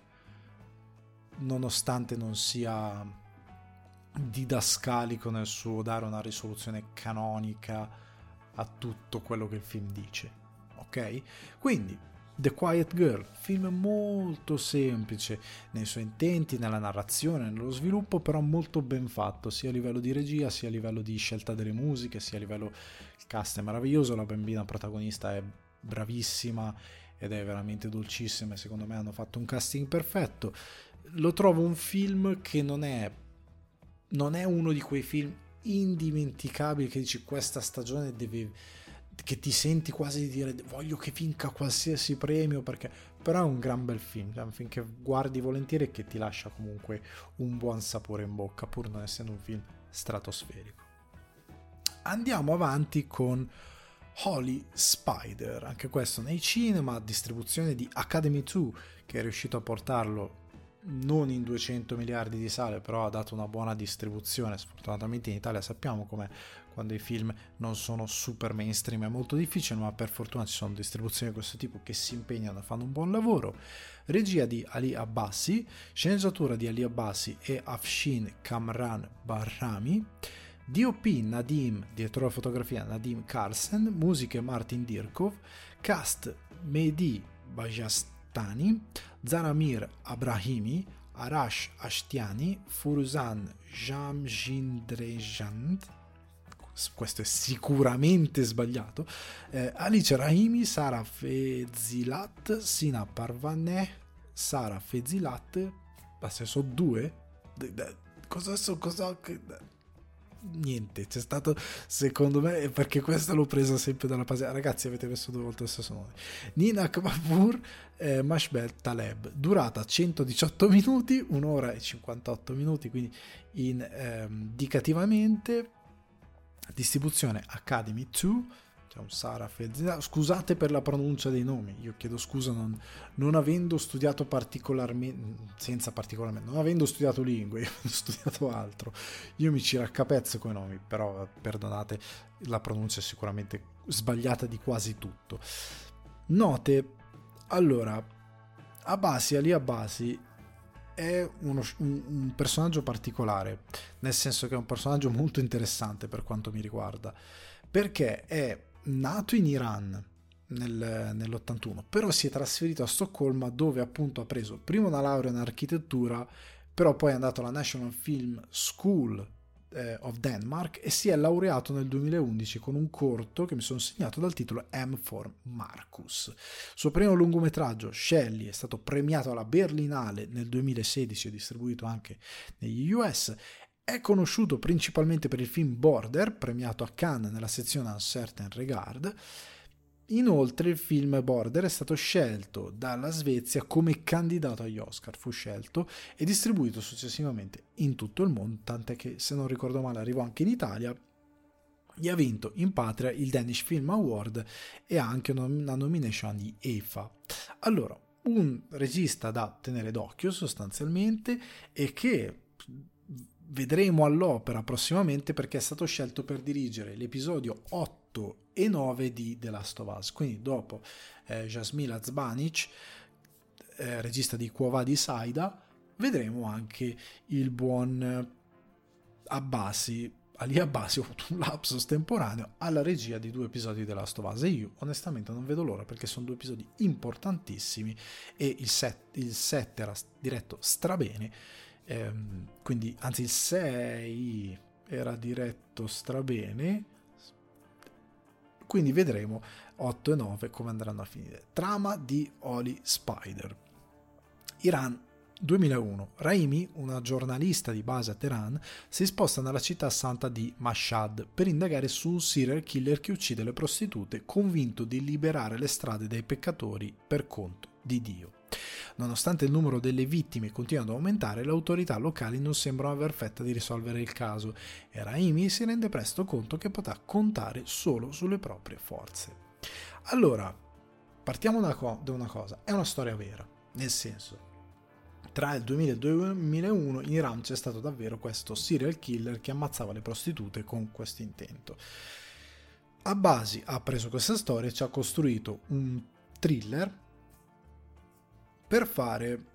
nonostante non sia didascalico nel suo dare una risoluzione canonica a tutto quello che il film dice. Ok? Quindi The Quiet Girl, film molto semplice nei suoi intenti, nella narrazione, nello sviluppo, però molto ben fatto, sia a livello di regia, sia a livello di scelta delle musiche, sia a livello... Il cast è meraviglioso, la bambina protagonista è bravissima ed è veramente dolcissima, e secondo me hanno fatto un casting perfetto. Lo trovo un film che non è uno di quei film indimenticabili che dici questa stagione che ti senti quasi di dire voglio che vinca qualsiasi premio, perché però è un gran bel film, è un film che guardi volentieri e che ti lascia comunque un buon sapore in bocca, pur non essendo un film stratosferico. Andiamo avanti con Holy Spider, anche questo nei cinema, distribuzione di Academy 2, che è riuscito a portarlo non in 200 miliardi di sale, però ha dato una buona distribuzione. Sfortunatamente in Italia sappiamo com'è, quando i film non sono super mainstream è molto difficile, ma per fortuna ci sono distribuzioni di questo tipo che si impegnano e fanno un buon lavoro. Regia di Ali Abbasi, sceneggiatura di Ali Abbasi e Afshin Kamran Barrami, DOP Nadim, direttore della fotografia Nadim Carlsen, musiche Martin Dirkov, cast Mehdi Bajastani, Zanamir Abrahimi, Arash Ashtiani, Furuzan Jamjindrejan, questo è sicuramente sbagliato, Alice Rahimi, Sara Fezilat, Sina Parvaneh, Sara Fezilat, se sono due? Cosa niente, c'è stato, secondo me, perché questa l'ho presa sempre dalla base. Ragazzi, avete messo 2 volte lo stesso nome. Nina Kavapur, Mashbel Taleb, durata 118 minuti, 1 ora e 58 minuti, quindi indicativamente. Distribuzione Academy 2, c'è un Sara Fezia. Scusate per la pronuncia dei nomi, io chiedo scusa non avendo studiato particolarmente, non avendo studiato lingue, io ho studiato altro, io mi ci raccapezzo con i nomi, però perdonate, la pronuncia è sicuramente sbagliata di quasi tutto. Note, allora, Ali Abbasi è un personaggio particolare, nel senso che è un personaggio molto interessante per quanto mi riguarda, perché è nato in Iran nell'81, però si è trasferito a Stoccolma, dove appunto ha preso prima una laurea in architettura, però poi è andato alla National Film School of Denmark e si è laureato nel 2011 con un corto che mi sono segnato dal titolo M for Marcus. Il suo primo lungometraggio, Shelley, è stato premiato alla Berlinale nel 2016 e distribuito anche negli US. È conosciuto principalmente per il film Border, premiato a Cannes nella sezione Uncertain Regard. Inoltre il film Border è stato scelto dalla Svezia come candidato agli Oscar, fu scelto e distribuito successivamente in tutto il mondo, tant'è che, se non ricordo male, arrivò anche in Italia e ha vinto in patria il Danish Film Award e ha anche una nomination di EFA. Allora, un regista da tenere d'occhio sostanzialmente e che vedremo all'opera prossimamente, perché è stato scelto per dirigere l'episodio 8 e 9 di The Last of Us, quindi dopo Jasmila Zbanic, regista di Quo Vadis Aida, vedremo anche il buon Ali Abbasi, ho avuto un lapsus temporaneo, alla regia di 2 episodi di The Last of Us, e io onestamente non vedo l'ora, perché sono 2 episodi importantissimi e il set era diretto strabene. Quindi anzi il 6 era diretto strabene, quindi vedremo 8 e 9 come andranno a finire. Trama di Holy Spider. Iran 2001. Raimi, una giornalista di base a Teheran, si sposta nella città santa di Mashhad per indagare su un serial killer che uccide le prostitute, convinto di liberare le strade dai peccatori per conto di Dio. Nonostante il numero delle vittime continui ad aumentare, le autorità locali non sembrano aver fretta di risolvere il caso e Raimi si rende presto conto che potrà contare solo sulle proprie forze. Allora, partiamo da una cosa, è una storia vera, nel senso, tra il 2000 e il 2001 in Iran c'è stato davvero questo serial killer che ammazzava le prostitute con questo intento. Abbasi ha preso questa storia e ci ha costruito un thriller per fare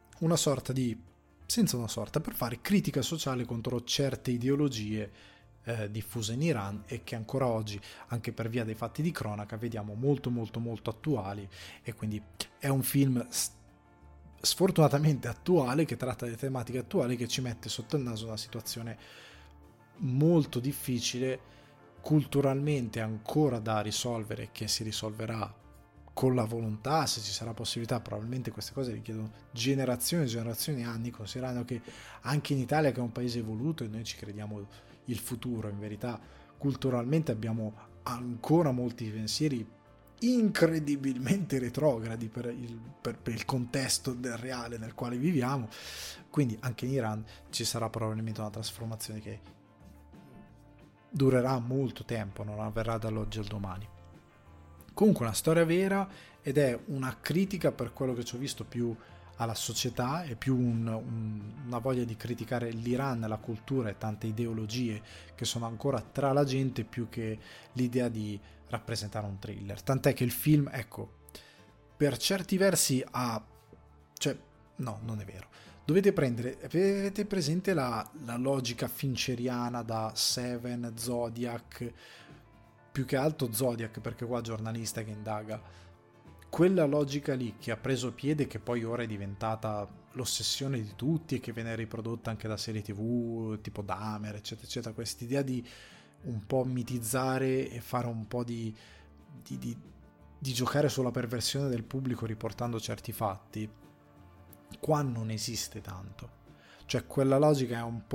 per fare critica sociale contro certe ideologie diffuse in Iran e che ancora oggi, anche per via dei fatti di cronaca, vediamo molto molto molto attuali, e quindi è un film sfortunatamente attuale, che tratta di tematiche attuali, che ci mette sotto il naso una situazione molto difficile, culturalmente ancora da risolvere, che si risolverà con la volontà, se ci sarà possibilità. Probabilmente queste cose richiedono generazioni e generazioni, anni, considerando che anche in Italia, che è un paese evoluto e noi ci crediamo il futuro, in verità culturalmente abbiamo ancora molti pensieri incredibilmente retrogradi per il contesto del reale nel quale viviamo. Quindi anche in Iran ci sarà probabilmente una trasformazione che durerà molto tempo, non avverrà dall'oggi al domani. Comunque una storia vera, ed è una critica, per quello che ci ho visto, più alla società e più una voglia di criticare l'Iran, la cultura e tante ideologie che sono ancora tra la gente, più che l'idea di rappresentare un thriller. Tant'è che il film, ecco, per certi versi non è vero. Avete presente la logica fincheriana da Seven, Zodiac, più che altro Zodiac, perché qua giornalista che indaga, quella logica lì che ha preso piede, che poi ora è diventata l'ossessione di tutti e che viene riprodotta anche da serie TV tipo Dahmer, eccetera eccetera, quest'idea di un po' mitizzare e fare un po' di giocare sulla perversione del pubblico riportando certi fatti, qua non esiste tanto. Cioè quella logica è un po'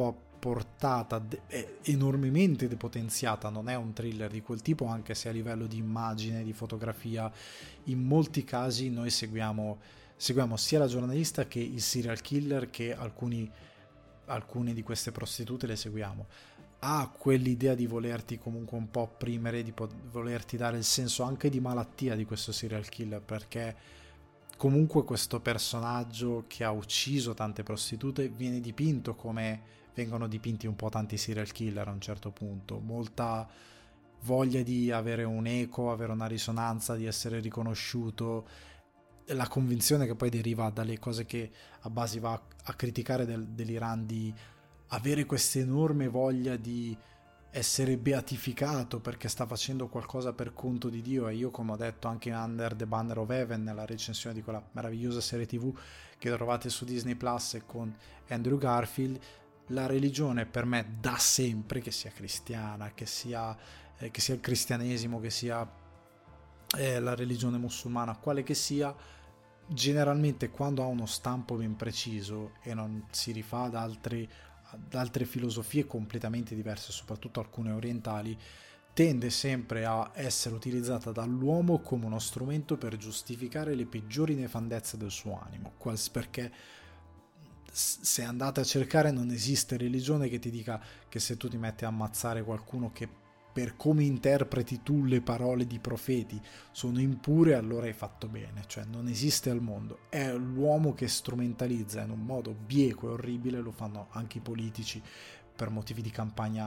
portata è enormemente depotenziata, non è un thriller di quel tipo, anche se a livello di immagine, di fotografia, in molti casi noi seguiamo sia la giornalista che il serial killer, che alcune di queste prostitute le seguiamo. Ha quell'idea di volerti comunque un po' opprimere, di volerti dare il senso anche di malattia di questo serial killer, perché comunque questo personaggio che ha ucciso tante prostitute viene dipinto come vengono dipinti un po' tanti serial killer a un certo punto, molta voglia di avere un eco, avere una risonanza, di essere riconosciuto, la convinzione che poi deriva dalle cose che a base va a criticare dell'Iran, di avere questa enorme voglia di essere beatificato perché sta facendo qualcosa per conto di Dio. E io, come ho detto anche in Under the Banner of Heaven, nella recensione di quella meravigliosa serie TV che trovate su Disney Plus e con Andrew Garfield, la religione per me da sempre, che sia cristiana, che sia il cristianesimo, che sia la religione musulmana, quale che sia, generalmente quando ha uno stampo ben preciso e non si rifà ad altre filosofie completamente diverse, soprattutto alcune orientali, tende sempre a essere utilizzata dall'uomo come uno strumento per giustificare le peggiori nefandezze del suo animo, perché se andate a cercare non esiste religione che ti dica che se tu ti metti a ammazzare qualcuno che per come interpreti tu le parole di profeti sono impure, allora hai fatto bene. Cioè non esiste al mondo, è l'uomo che strumentalizza in un modo bieco e orribile. Lo fanno anche i politici per motivi di campagna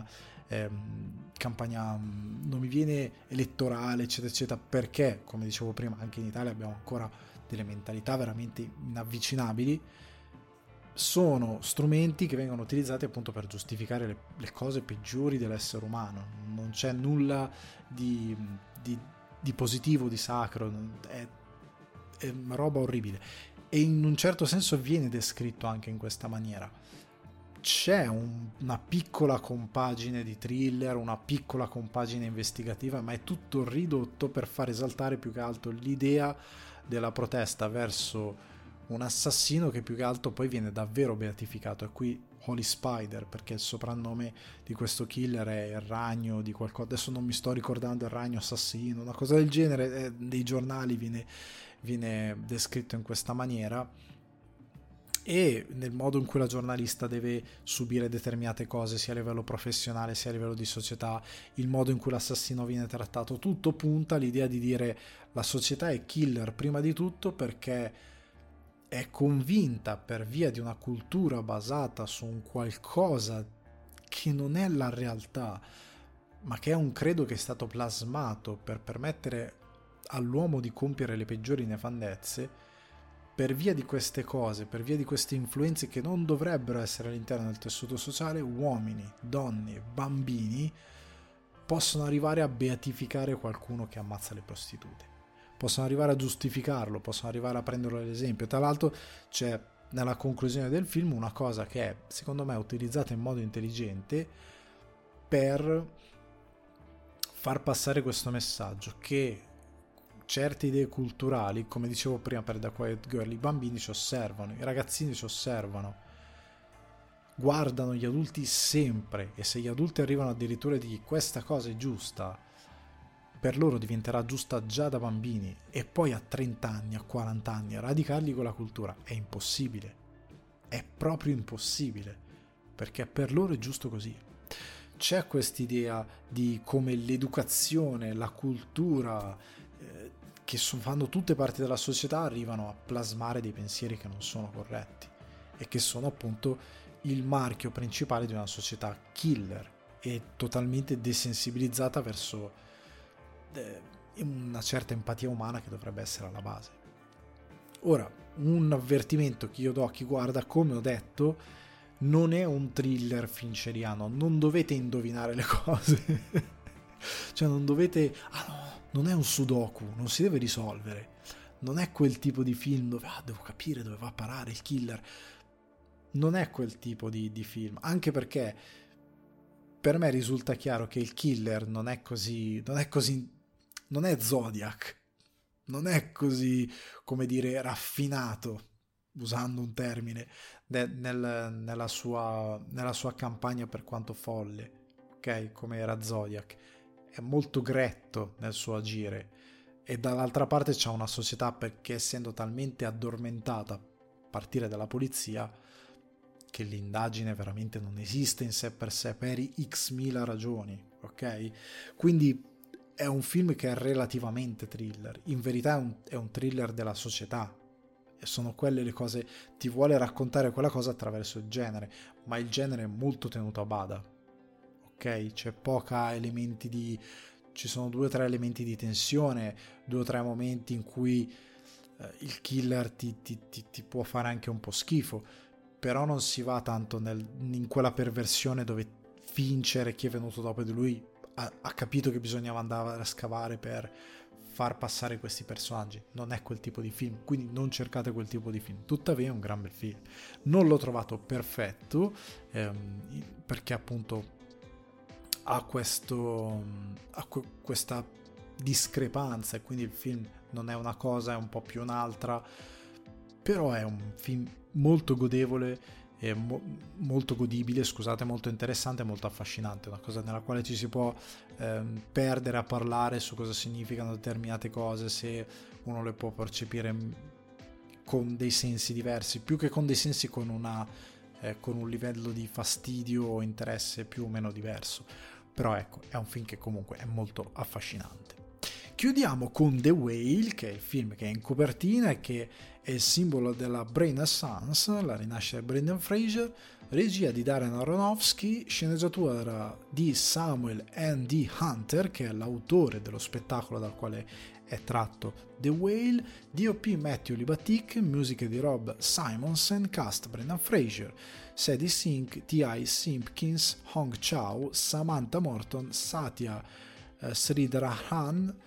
non mi viene elettorale, eccetera eccetera, perché come dicevo prima anche in Italia abbiamo ancora delle mentalità veramente inavvicinabili. Sono strumenti che vengono utilizzati appunto per giustificare le cose peggiori dell'essere umano. Non c'è nulla di positivo, di sacro, è una roba orribile, e in un certo senso viene descritto anche in questa maniera. C'è una piccola compagine di thriller, una piccola compagine investigativa, ma è tutto ridotto per far esaltare più che altro l'idea della protesta verso un assassino che più che altro poi viene davvero beatificato. E qui Holy Spider, perché il soprannome di questo killer è il ragno di qualcosa, adesso non mi sto ricordando, il ragno assassino, una cosa del genere, dei giornali viene descritto in questa maniera, e nel modo in cui la giornalista deve subire determinate cose sia a livello professionale sia a livello di società, il modo in cui l'assassino viene trattato, tutto punta all'idea di dire la società è killer prima di tutto perché è convinta, per via di una cultura basata su un qualcosa che non è la realtà, ma che è un credo che è stato plasmato per permettere all'uomo di compiere le peggiori nefandezze. Per via di queste cose, per via di queste influenze che non dovrebbero essere all'interno del tessuto sociale, uomini, donne, bambini possono arrivare a beatificare qualcuno che ammazza le prostitute. Possono arrivare a giustificarlo, possono arrivare a prenderlo ad esempio. Tra l'altro c'è nella conclusione del film una cosa che è, secondo me, utilizzata in modo intelligente per far passare questo messaggio, che certe idee culturali, come dicevo prima per The Quiet Girl, i bambini ci osservano, i ragazzini ci osservano, guardano gli adulti sempre, e se gli adulti arrivano addirittura di questa cosa è giusta, per loro diventerà giusta già da bambini, e poi a 30 anni, a 40 anni, radicarli con la cultura è impossibile. È proprio impossibile, perché per loro è giusto così. C'è quest'idea di come l'educazione, la cultura, che fanno tutte parti della società, arrivano a plasmare dei pensieri che non sono corretti e che sono appunto il marchio principale di una società killer e totalmente desensibilizzata verso una certa empatia umana che dovrebbe essere alla base. Ora, un avvertimento che io do a chi guarda, come ho detto, non è un thriller fincheriano, non dovete indovinare le cose. Cioè non dovete, non è un sudoku, non si deve risolvere, non è quel tipo di film dove devo capire dove va a parare il killer, non è quel tipo di film, anche perché per me risulta chiaro che il killer non è Zodiac, non è così, come dire, raffinato, usando un termine, nella sua campagna per quanto folle, ok? Come era Zodiac. È molto gretto nel suo agire, e dall'altra parte c'è una società perché essendo talmente addormentata a partire dalla polizia che l'indagine veramente non esiste in sé per sé per x mila ragioni, ok? Quindi è un film che è relativamente thriller, in verità è un thriller della società, e sono quelle le cose, ti vuole raccontare quella cosa attraverso il genere, ma il genere è molto tenuto a bada, ok? C'è poca elementi di... ci sono 2 o 3 elementi di tensione, 2 o 3 momenti in cui il killer ti può fare anche un po' schifo, però non si va tanto in quella perversione dove vincere chi è venuto dopo di lui ha capito che bisognava andare a scavare per far passare questi personaggi. Non è quel tipo di film, quindi non cercate quel tipo di film. Tuttavia è un gran bel film. Non l'ho trovato perfetto, perché appunto ha questa discrepanza, e quindi il film non è una cosa, è un po' più un'altra, però è un film molto godevole, e molto godibile, scusate, molto interessante e molto affascinante, una cosa nella quale ci si può perdere a parlare su cosa significano determinate cose, se uno le può percepire con dei sensi diversi, più che con dei sensi, con un livello di fastidio o interesse più o meno diverso. Però ecco, è un film che comunque è molto affascinante. Chiudiamo con The Whale, che è il film che è in copertina e che è il simbolo della Renaissance, la rinascita di Brendan Fraser, regia di Darren Aronofsky, sceneggiatura di Samuel N.D. Hunter, che è l'autore dello spettacolo dal quale è tratto The Whale, DOP Matthew Libatic, musiche di Rob Simonsen, cast Brendan Fraser, Sadie Sink, T.I. Simpkins, Hong Chow, Samantha Morton, Satya Sridharaman,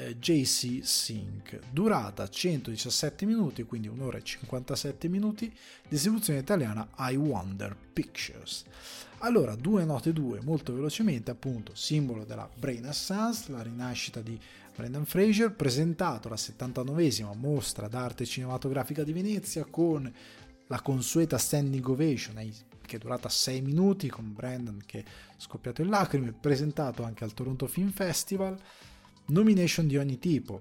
JC Sink. Durata 117 minuti, quindi 1 ora e 57 minuti. Distribuzione italiana I Wonder Pictures. Allora, 2 note 2 molto velocemente, appunto, simbolo della Renaissance, la rinascita di Brendan Fraser, presentato alla 79esima mostra d'arte cinematografica di Venezia con la consueta standing ovation che è durata 6 minuti, con Brendan che è scoppiato in lacrime, presentato anche al Toronto Film Festival, nomination di ogni tipo.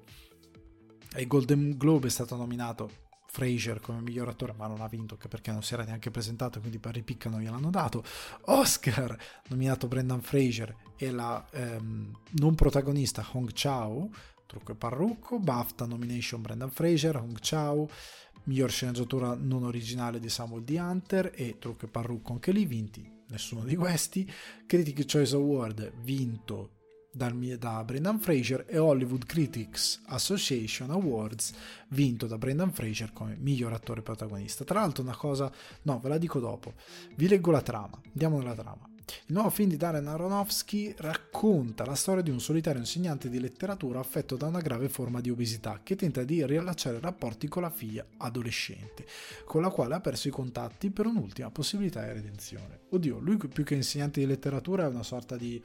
Ai Golden Globe è stato nominato Fraser come miglior attore, ma non ha vinto, anche perché non si era neanche presentato, quindi per ripicca non gliel'hanno dato. Oscar nominato Brendan Fraser e la non protagonista Hong Chow, trucco e parrucco. BAFTA nomination Brendan Fraser, Hong Chow. Miglior sceneggiatura non originale di Samuel D. Hunter e trucco e parrucco anche lì, vinti nessuno di questi. Critic Choice Award vinto da Brendan Fraser, e Hollywood Critics Association Awards vinto da Brendan Fraser come miglior attore protagonista. Tra l'altro una cosa, no, ve la dico dopo, vi leggo la trama, andiamo nella trama. Il nuovo film di Darren Aronofsky racconta la storia di un solitario insegnante di letteratura affetto da una grave forma di obesità che tenta di riallacciare rapporti con la figlia adolescente, con la quale ha perso i contatti per un'ultima possibilità di redenzione. Oddio, lui più che insegnante di letteratura è una sorta di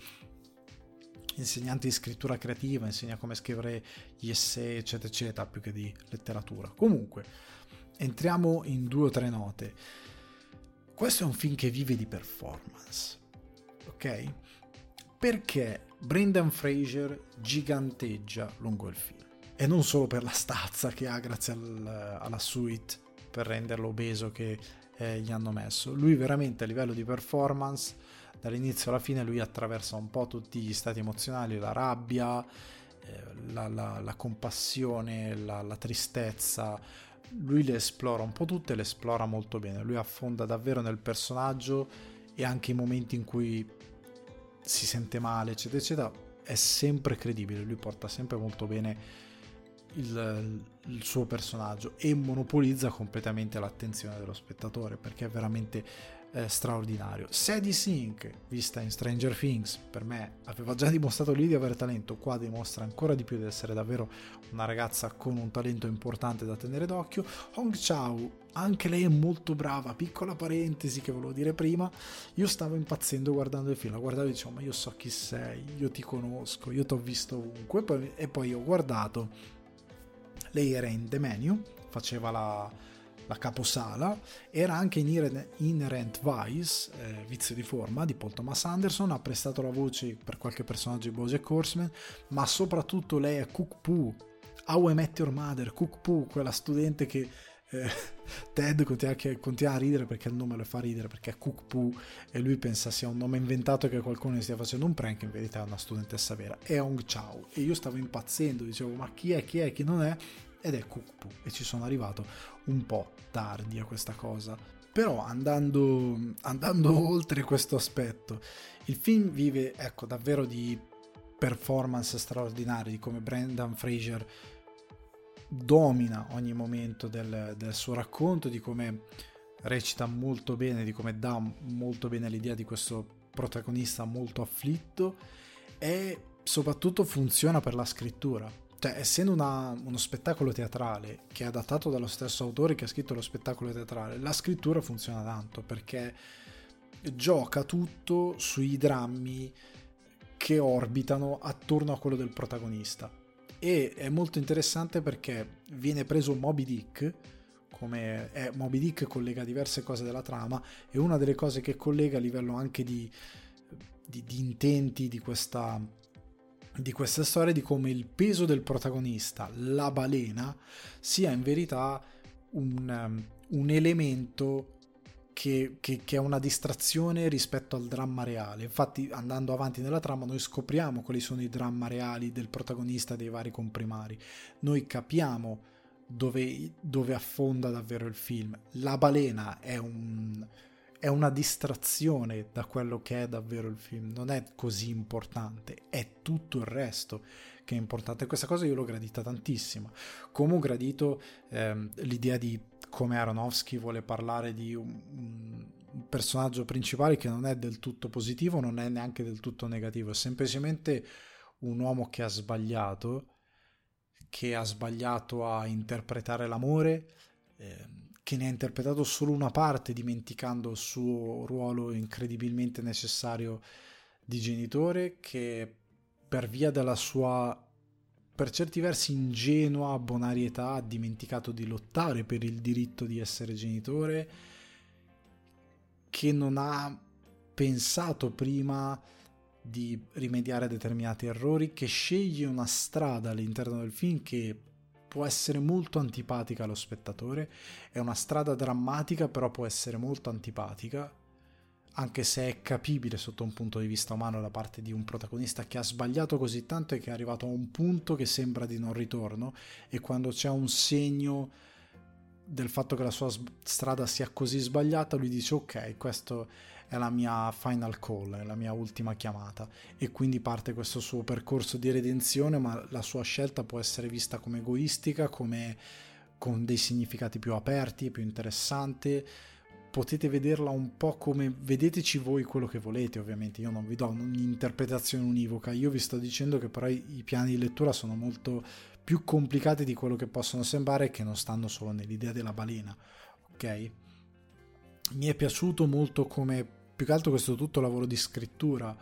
insegnante di scrittura creativa, insegna come scrivere gli essay eccetera eccetera, più che di letteratura. Comunque entriamo in 2 o 3 note. Questo è un film che vive di performance, ok? Perché Brendan Fraser giganteggia lungo il film, e non solo per la stazza che ha grazie alla suite per renderlo obeso che gli hanno messo. Lui veramente a livello di performance, dall'inizio alla fine, lui attraversa un po' tutti gli stati emozionali, la rabbia, la compassione, la tristezza. Lui le esplora un po' tutte, le esplora molto bene. Lui affonda davvero nel personaggio, e anche i momenti in cui si sente male eccetera eccetera è sempre credibile. Lui porta sempre molto bene il suo personaggio e monopolizza completamente l'attenzione dello spettatore, perché è veramente straordinario. Sadie Sink, vista in Stranger Things, per me aveva già dimostrato lì di avere talento, qua dimostra ancora di più di essere davvero una ragazza con un talento importante da tenere d'occhio. Hong Chow, anche lei è molto brava. Piccola parentesi che volevo dire prima, io stavo impazzendo guardando il film, la guardavo e dicevo: ma io so chi sei, io ti conosco, io ti ho visto ovunque. E poi ho guardato, lei era in The Menu, faceva la la caposala, era anche in Inherent Vice, Vizio di forma, di Paul Thomas Anderson. Ha prestato la voce per qualche personaggio di BoJack Horseman, ma soprattutto lei è Cook Poo, How I Met Your Mother, Cook Poo, quella studente che Ted continua a ridere perché il nome lo fa ridere, perché è Cook Poo e lui pensa sia un nome inventato, che qualcuno ne stia facendo un prank, in verità è una studentessa vera, è Hong Chau, e io stavo impazzendo, dicevo ma chi è, chi non è, ed è Cook Poo, e ci sono arrivato un po' tardi a questa cosa. Però andando oltre questo aspetto, il film vive, ecco, davvero di performance straordinarie, di come Brendan Fraser domina ogni momento del suo racconto, di come recita molto bene, di come dà molto bene l'idea di questo protagonista molto afflitto, e soprattutto funziona per la scrittura. Cioè, essendo uno spettacolo teatrale che è adattato dallo stesso autore che ha scritto lo spettacolo teatrale, la scrittura funziona tanto, perché gioca tutto sui drammi che orbitano attorno a quello del protagonista. E è molto interessante perché viene preso Moby Dick, Moby Dick collega diverse cose della trama, e una delle cose che collega a livello anche di intenti di questa storia, di come il peso del protagonista, la balena, sia in verità un elemento che è una distrazione rispetto al dramma reale. Infatti, andando avanti nella trama, noi scopriamo quali sono i dramma reali del protagonista, dei vari comprimari. Noi capiamo dove affonda davvero il film. La balena è una distrazione da quello che è davvero il film, non è così importante, è tutto il resto che è importante. Questa cosa io l'ho gradita tantissimo, come ho gradito l'idea di come Aronofsky vuole parlare di un personaggio principale che non è del tutto positivo, non è neanche del tutto negativo, è semplicemente un uomo che ha sbagliato a interpretare l'amore, che ne ha interpretato solo una parte, dimenticando il suo ruolo incredibilmente necessario di genitore, che per via della sua, per certi versi, ingenua bonarietà ha dimenticato di lottare per il diritto di essere genitore, che non ha pensato prima di rimediare a determinati errori, che sceglie una strada all'interno del film che può essere molto antipatica allo spettatore. È una strada drammatica, però può essere molto antipatica, anche se è capibile sotto un punto di vista umano, da parte di un protagonista che ha sbagliato così tanto e che è arrivato a un punto che sembra di non ritorno, e quando c'è un segno del fatto che la sua strada sia così sbagliata, lui dice ok, questo è la mia final call, è la mia ultima chiamata, e quindi parte questo suo percorso di redenzione, ma la sua scelta può essere vista come egoistica, come con dei significati più aperti e più interessanti. Potete vederla un po' come, vedeteci voi quello che volete, ovviamente io non vi do un'interpretazione univoca, io vi sto dicendo che però i piani di lettura sono molto più complicati di quello che possono sembrare, e che non stanno solo nell'idea della balena, ok? Mi è piaciuto molto come, più che altro, questo tutto lavoro di scrittura,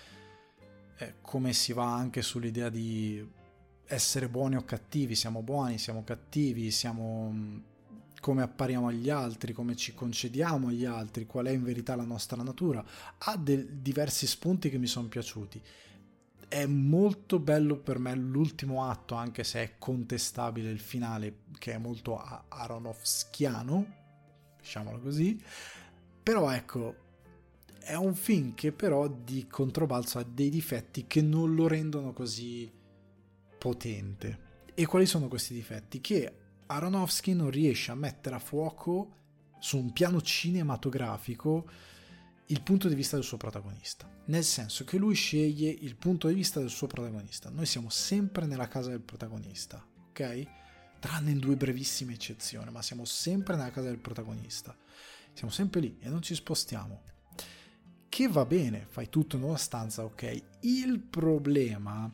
come si va anche sull'idea di essere buoni o cattivi, siamo buoni, siamo cattivi, siamo come appariamo agli altri, come ci concediamo agli altri, qual è in verità la nostra natura. Ha diversi spunti che mi sono piaciuti. È molto bello per me l'ultimo atto, anche se è contestabile il finale, che è molto aronofskiano, diciamolo così. Però ecco, è un film che però di controbalzo ha dei difetti che non lo rendono così potente. E quali sono questi difetti? Che Aronofsky non riesce a mettere a fuoco su un piano cinematografico il punto di vista del suo protagonista, nel senso che lui sceglie il punto di vista del suo protagonista. Noi siamo sempre nella casa del protagonista, ok? Tranne in 2 brevissime eccezioni, ma siamo sempre nella casa del protagonista, siamo sempre lì e non ci spostiamo, che va bene, fai tutto in una stanza, ok? Il problema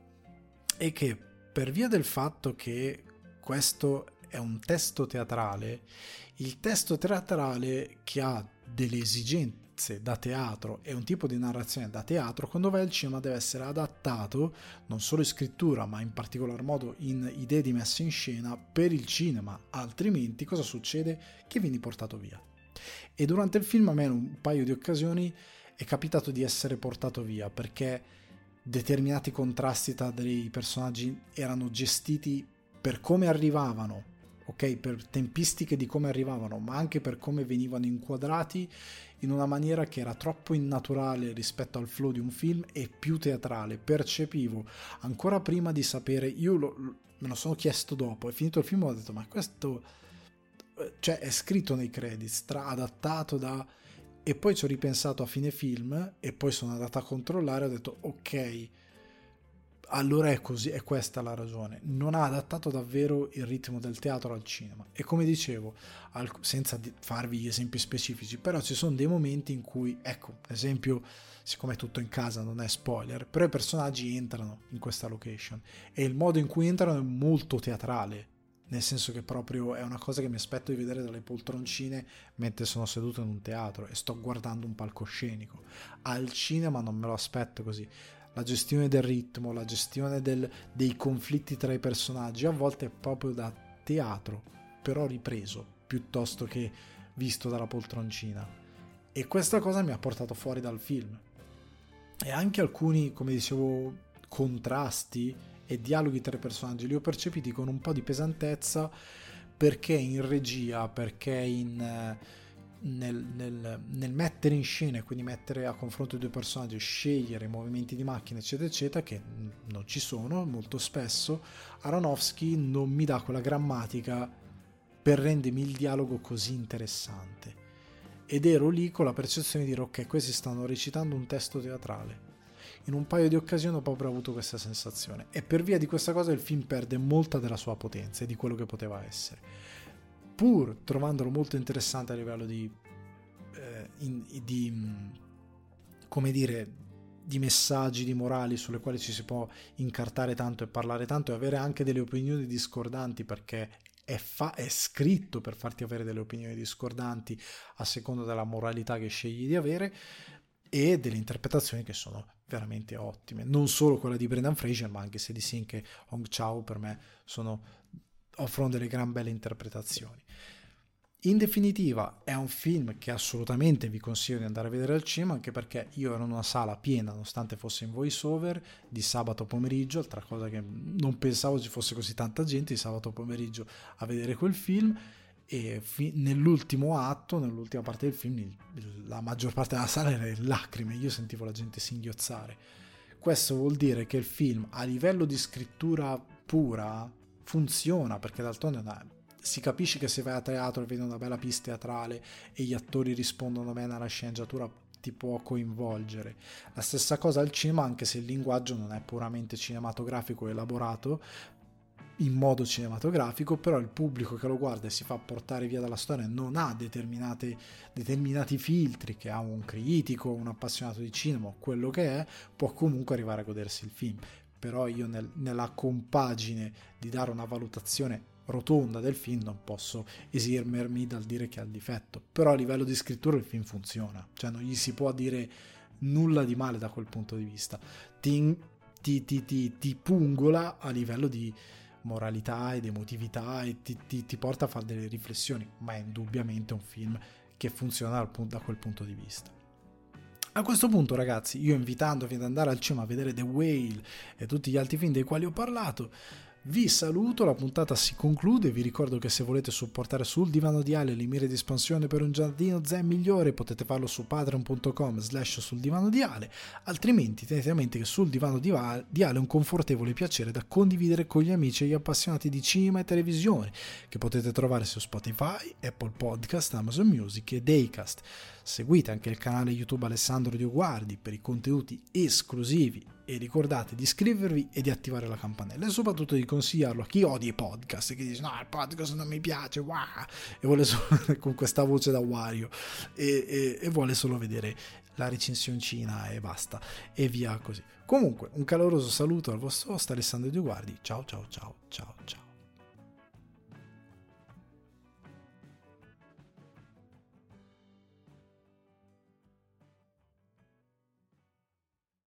è che, per via del fatto che questo è un testo teatrale, il testo teatrale che ha delle esigenze, altezze da teatro e un tipo di narrazione da teatro, quando vai al cinema deve essere adattato non solo in scrittura ma in particolar modo in idee di messa in scena per il cinema, altrimenti cosa succede? Che vieni portato via. E durante il film a me in un paio di occasioni è capitato di essere portato via perché determinati contrasti tra dei personaggi erano gestiti per come arrivavano, ok, per tempistiche di come arrivavano, ma anche per come venivano inquadrati in una maniera che era troppo innaturale rispetto al flow di un film e più teatrale. Percepivo ancora prima di sapere, me lo sono chiesto dopo, è finito il film, ho detto ma questo, cioè è scritto nei credits, adattato da... E poi ci ho ripensato a fine film e poi sono andato a controllare e ho detto ok, allora è così, è questa la ragione. Non ha adattato davvero il ritmo del teatro al cinema. E come dicevo, senza farvi gli esempi specifici, però ci sono dei momenti in cui, ecco, esempio, siccome è tutto in casa non è spoiler, però i personaggi entrano in questa location e il modo in cui entrano è molto teatrale, nel senso che proprio è una cosa che mi aspetto di vedere dalle poltroncine mentre sono seduto in un teatro e sto guardando un palcoscenico. Al cinema non me lo aspetto così. La gestione del ritmo, la gestione dei conflitti tra i personaggi a volte è proprio da teatro, però ripreso piuttosto che visto dalla poltroncina, e questa cosa mi ha portato fuori dal film. E anche alcuni, come dicevo, contrasti e dialoghi tra i personaggi li ho percepiti con un po' di pesantezza, perché in regia, perché nel mettere in scena, quindi mettere a confronto i due personaggi, scegliere i movimenti di macchina eccetera eccetera, che non ci sono molto spesso. Aronofsky non mi dà quella grammatica per rendermi il dialogo così interessante, ed ero lì con la percezione di dire ok, questi stanno recitando un testo teatrale. In un paio di occasioni ho proprio avuto questa sensazione, e per via di questa cosa il film perde molta della sua potenza e di quello che poteva essere, pur trovandolo molto interessante a livello come dire, di messaggi, di morali sulle quali ci si può incartare tanto e parlare tanto e avere anche delle opinioni discordanti, perché è scritto per farti avere delle opinioni discordanti a seconda della moralità che scegli di avere, e delle interpretazioni che sono veramente ottime, non solo quella di Brendan Fraser ma anche Sadie Sink e Hong Chau. Per me offrono delle gran belle interpretazioni. In definitiva è un film che assolutamente vi consiglio di andare a vedere al cinema, anche perché io ero in una sala piena nonostante fosse in voice over di sabato pomeriggio, altra cosa che non pensavo ci fosse così tanta gente di sabato pomeriggio a vedere quel film. E nell'ultimo atto, nell'ultima parte del film, la maggior parte della sala era in lacrime, io sentivo la gente singhiozzare. Questo vuol dire che il film a livello di scrittura pura funziona, perché d'altronde si capisce che se vai a teatro e vedi una bella pista teatrale e gli attori rispondono bene alla sceneggiatura, ti può coinvolgere. La stessa cosa al cinema, anche se il linguaggio non è puramente cinematografico elaborato in modo cinematografico, però il pubblico che lo guarda e si fa portare via dalla storia non ha determinati filtri che ha un critico, un appassionato di cinema, quello che è, può comunque arrivare a godersi il film. Però io nella compagine di dare una valutazione rotonda del film non posso esimermi dal dire che ha il difetto, però a livello di scrittura il film funziona, cioè non gli si può dire nulla di male da quel punto di vista. Ti pungola a livello di moralità ed emotività e ti porta a fare delle riflessioni, ma è indubbiamente un film che funziona da quel punto di vista. A questo punto, ragazzi, io invitandovi ad andare al cinema a vedere The Whale e tutti gli altri film dei quali ho parlato, vi saluto, la puntata si conclude. Vi ricordo che se volete supportare Sul Divano di Ale le mire di espansione per un giardino zen migliore, potete farlo su patreon.com/Sul Divano di Ale. Altrimenti tenete a mente che Sul Divano di Ale è un confortevole piacere da condividere con gli amici e gli appassionati di cinema e televisione, che potete trovare su Spotify, Apple Podcast, Amazon Music e Daycast. Seguite anche il canale YouTube Alessandro Dioguardi per i contenuti esclusivi e ricordate di iscrivervi e di attivare la campanella, e soprattutto di consigliarlo a chi odia i podcast e chi dice no, il podcast non mi piace, wow! E vuole solo con questa voce da Wario e vuole solo vedere la recensioncina e basta, e via così. Comunque un caloroso saluto al vostro host Alessandro Dioguardi. Ciao ciao ciao ciao ciao.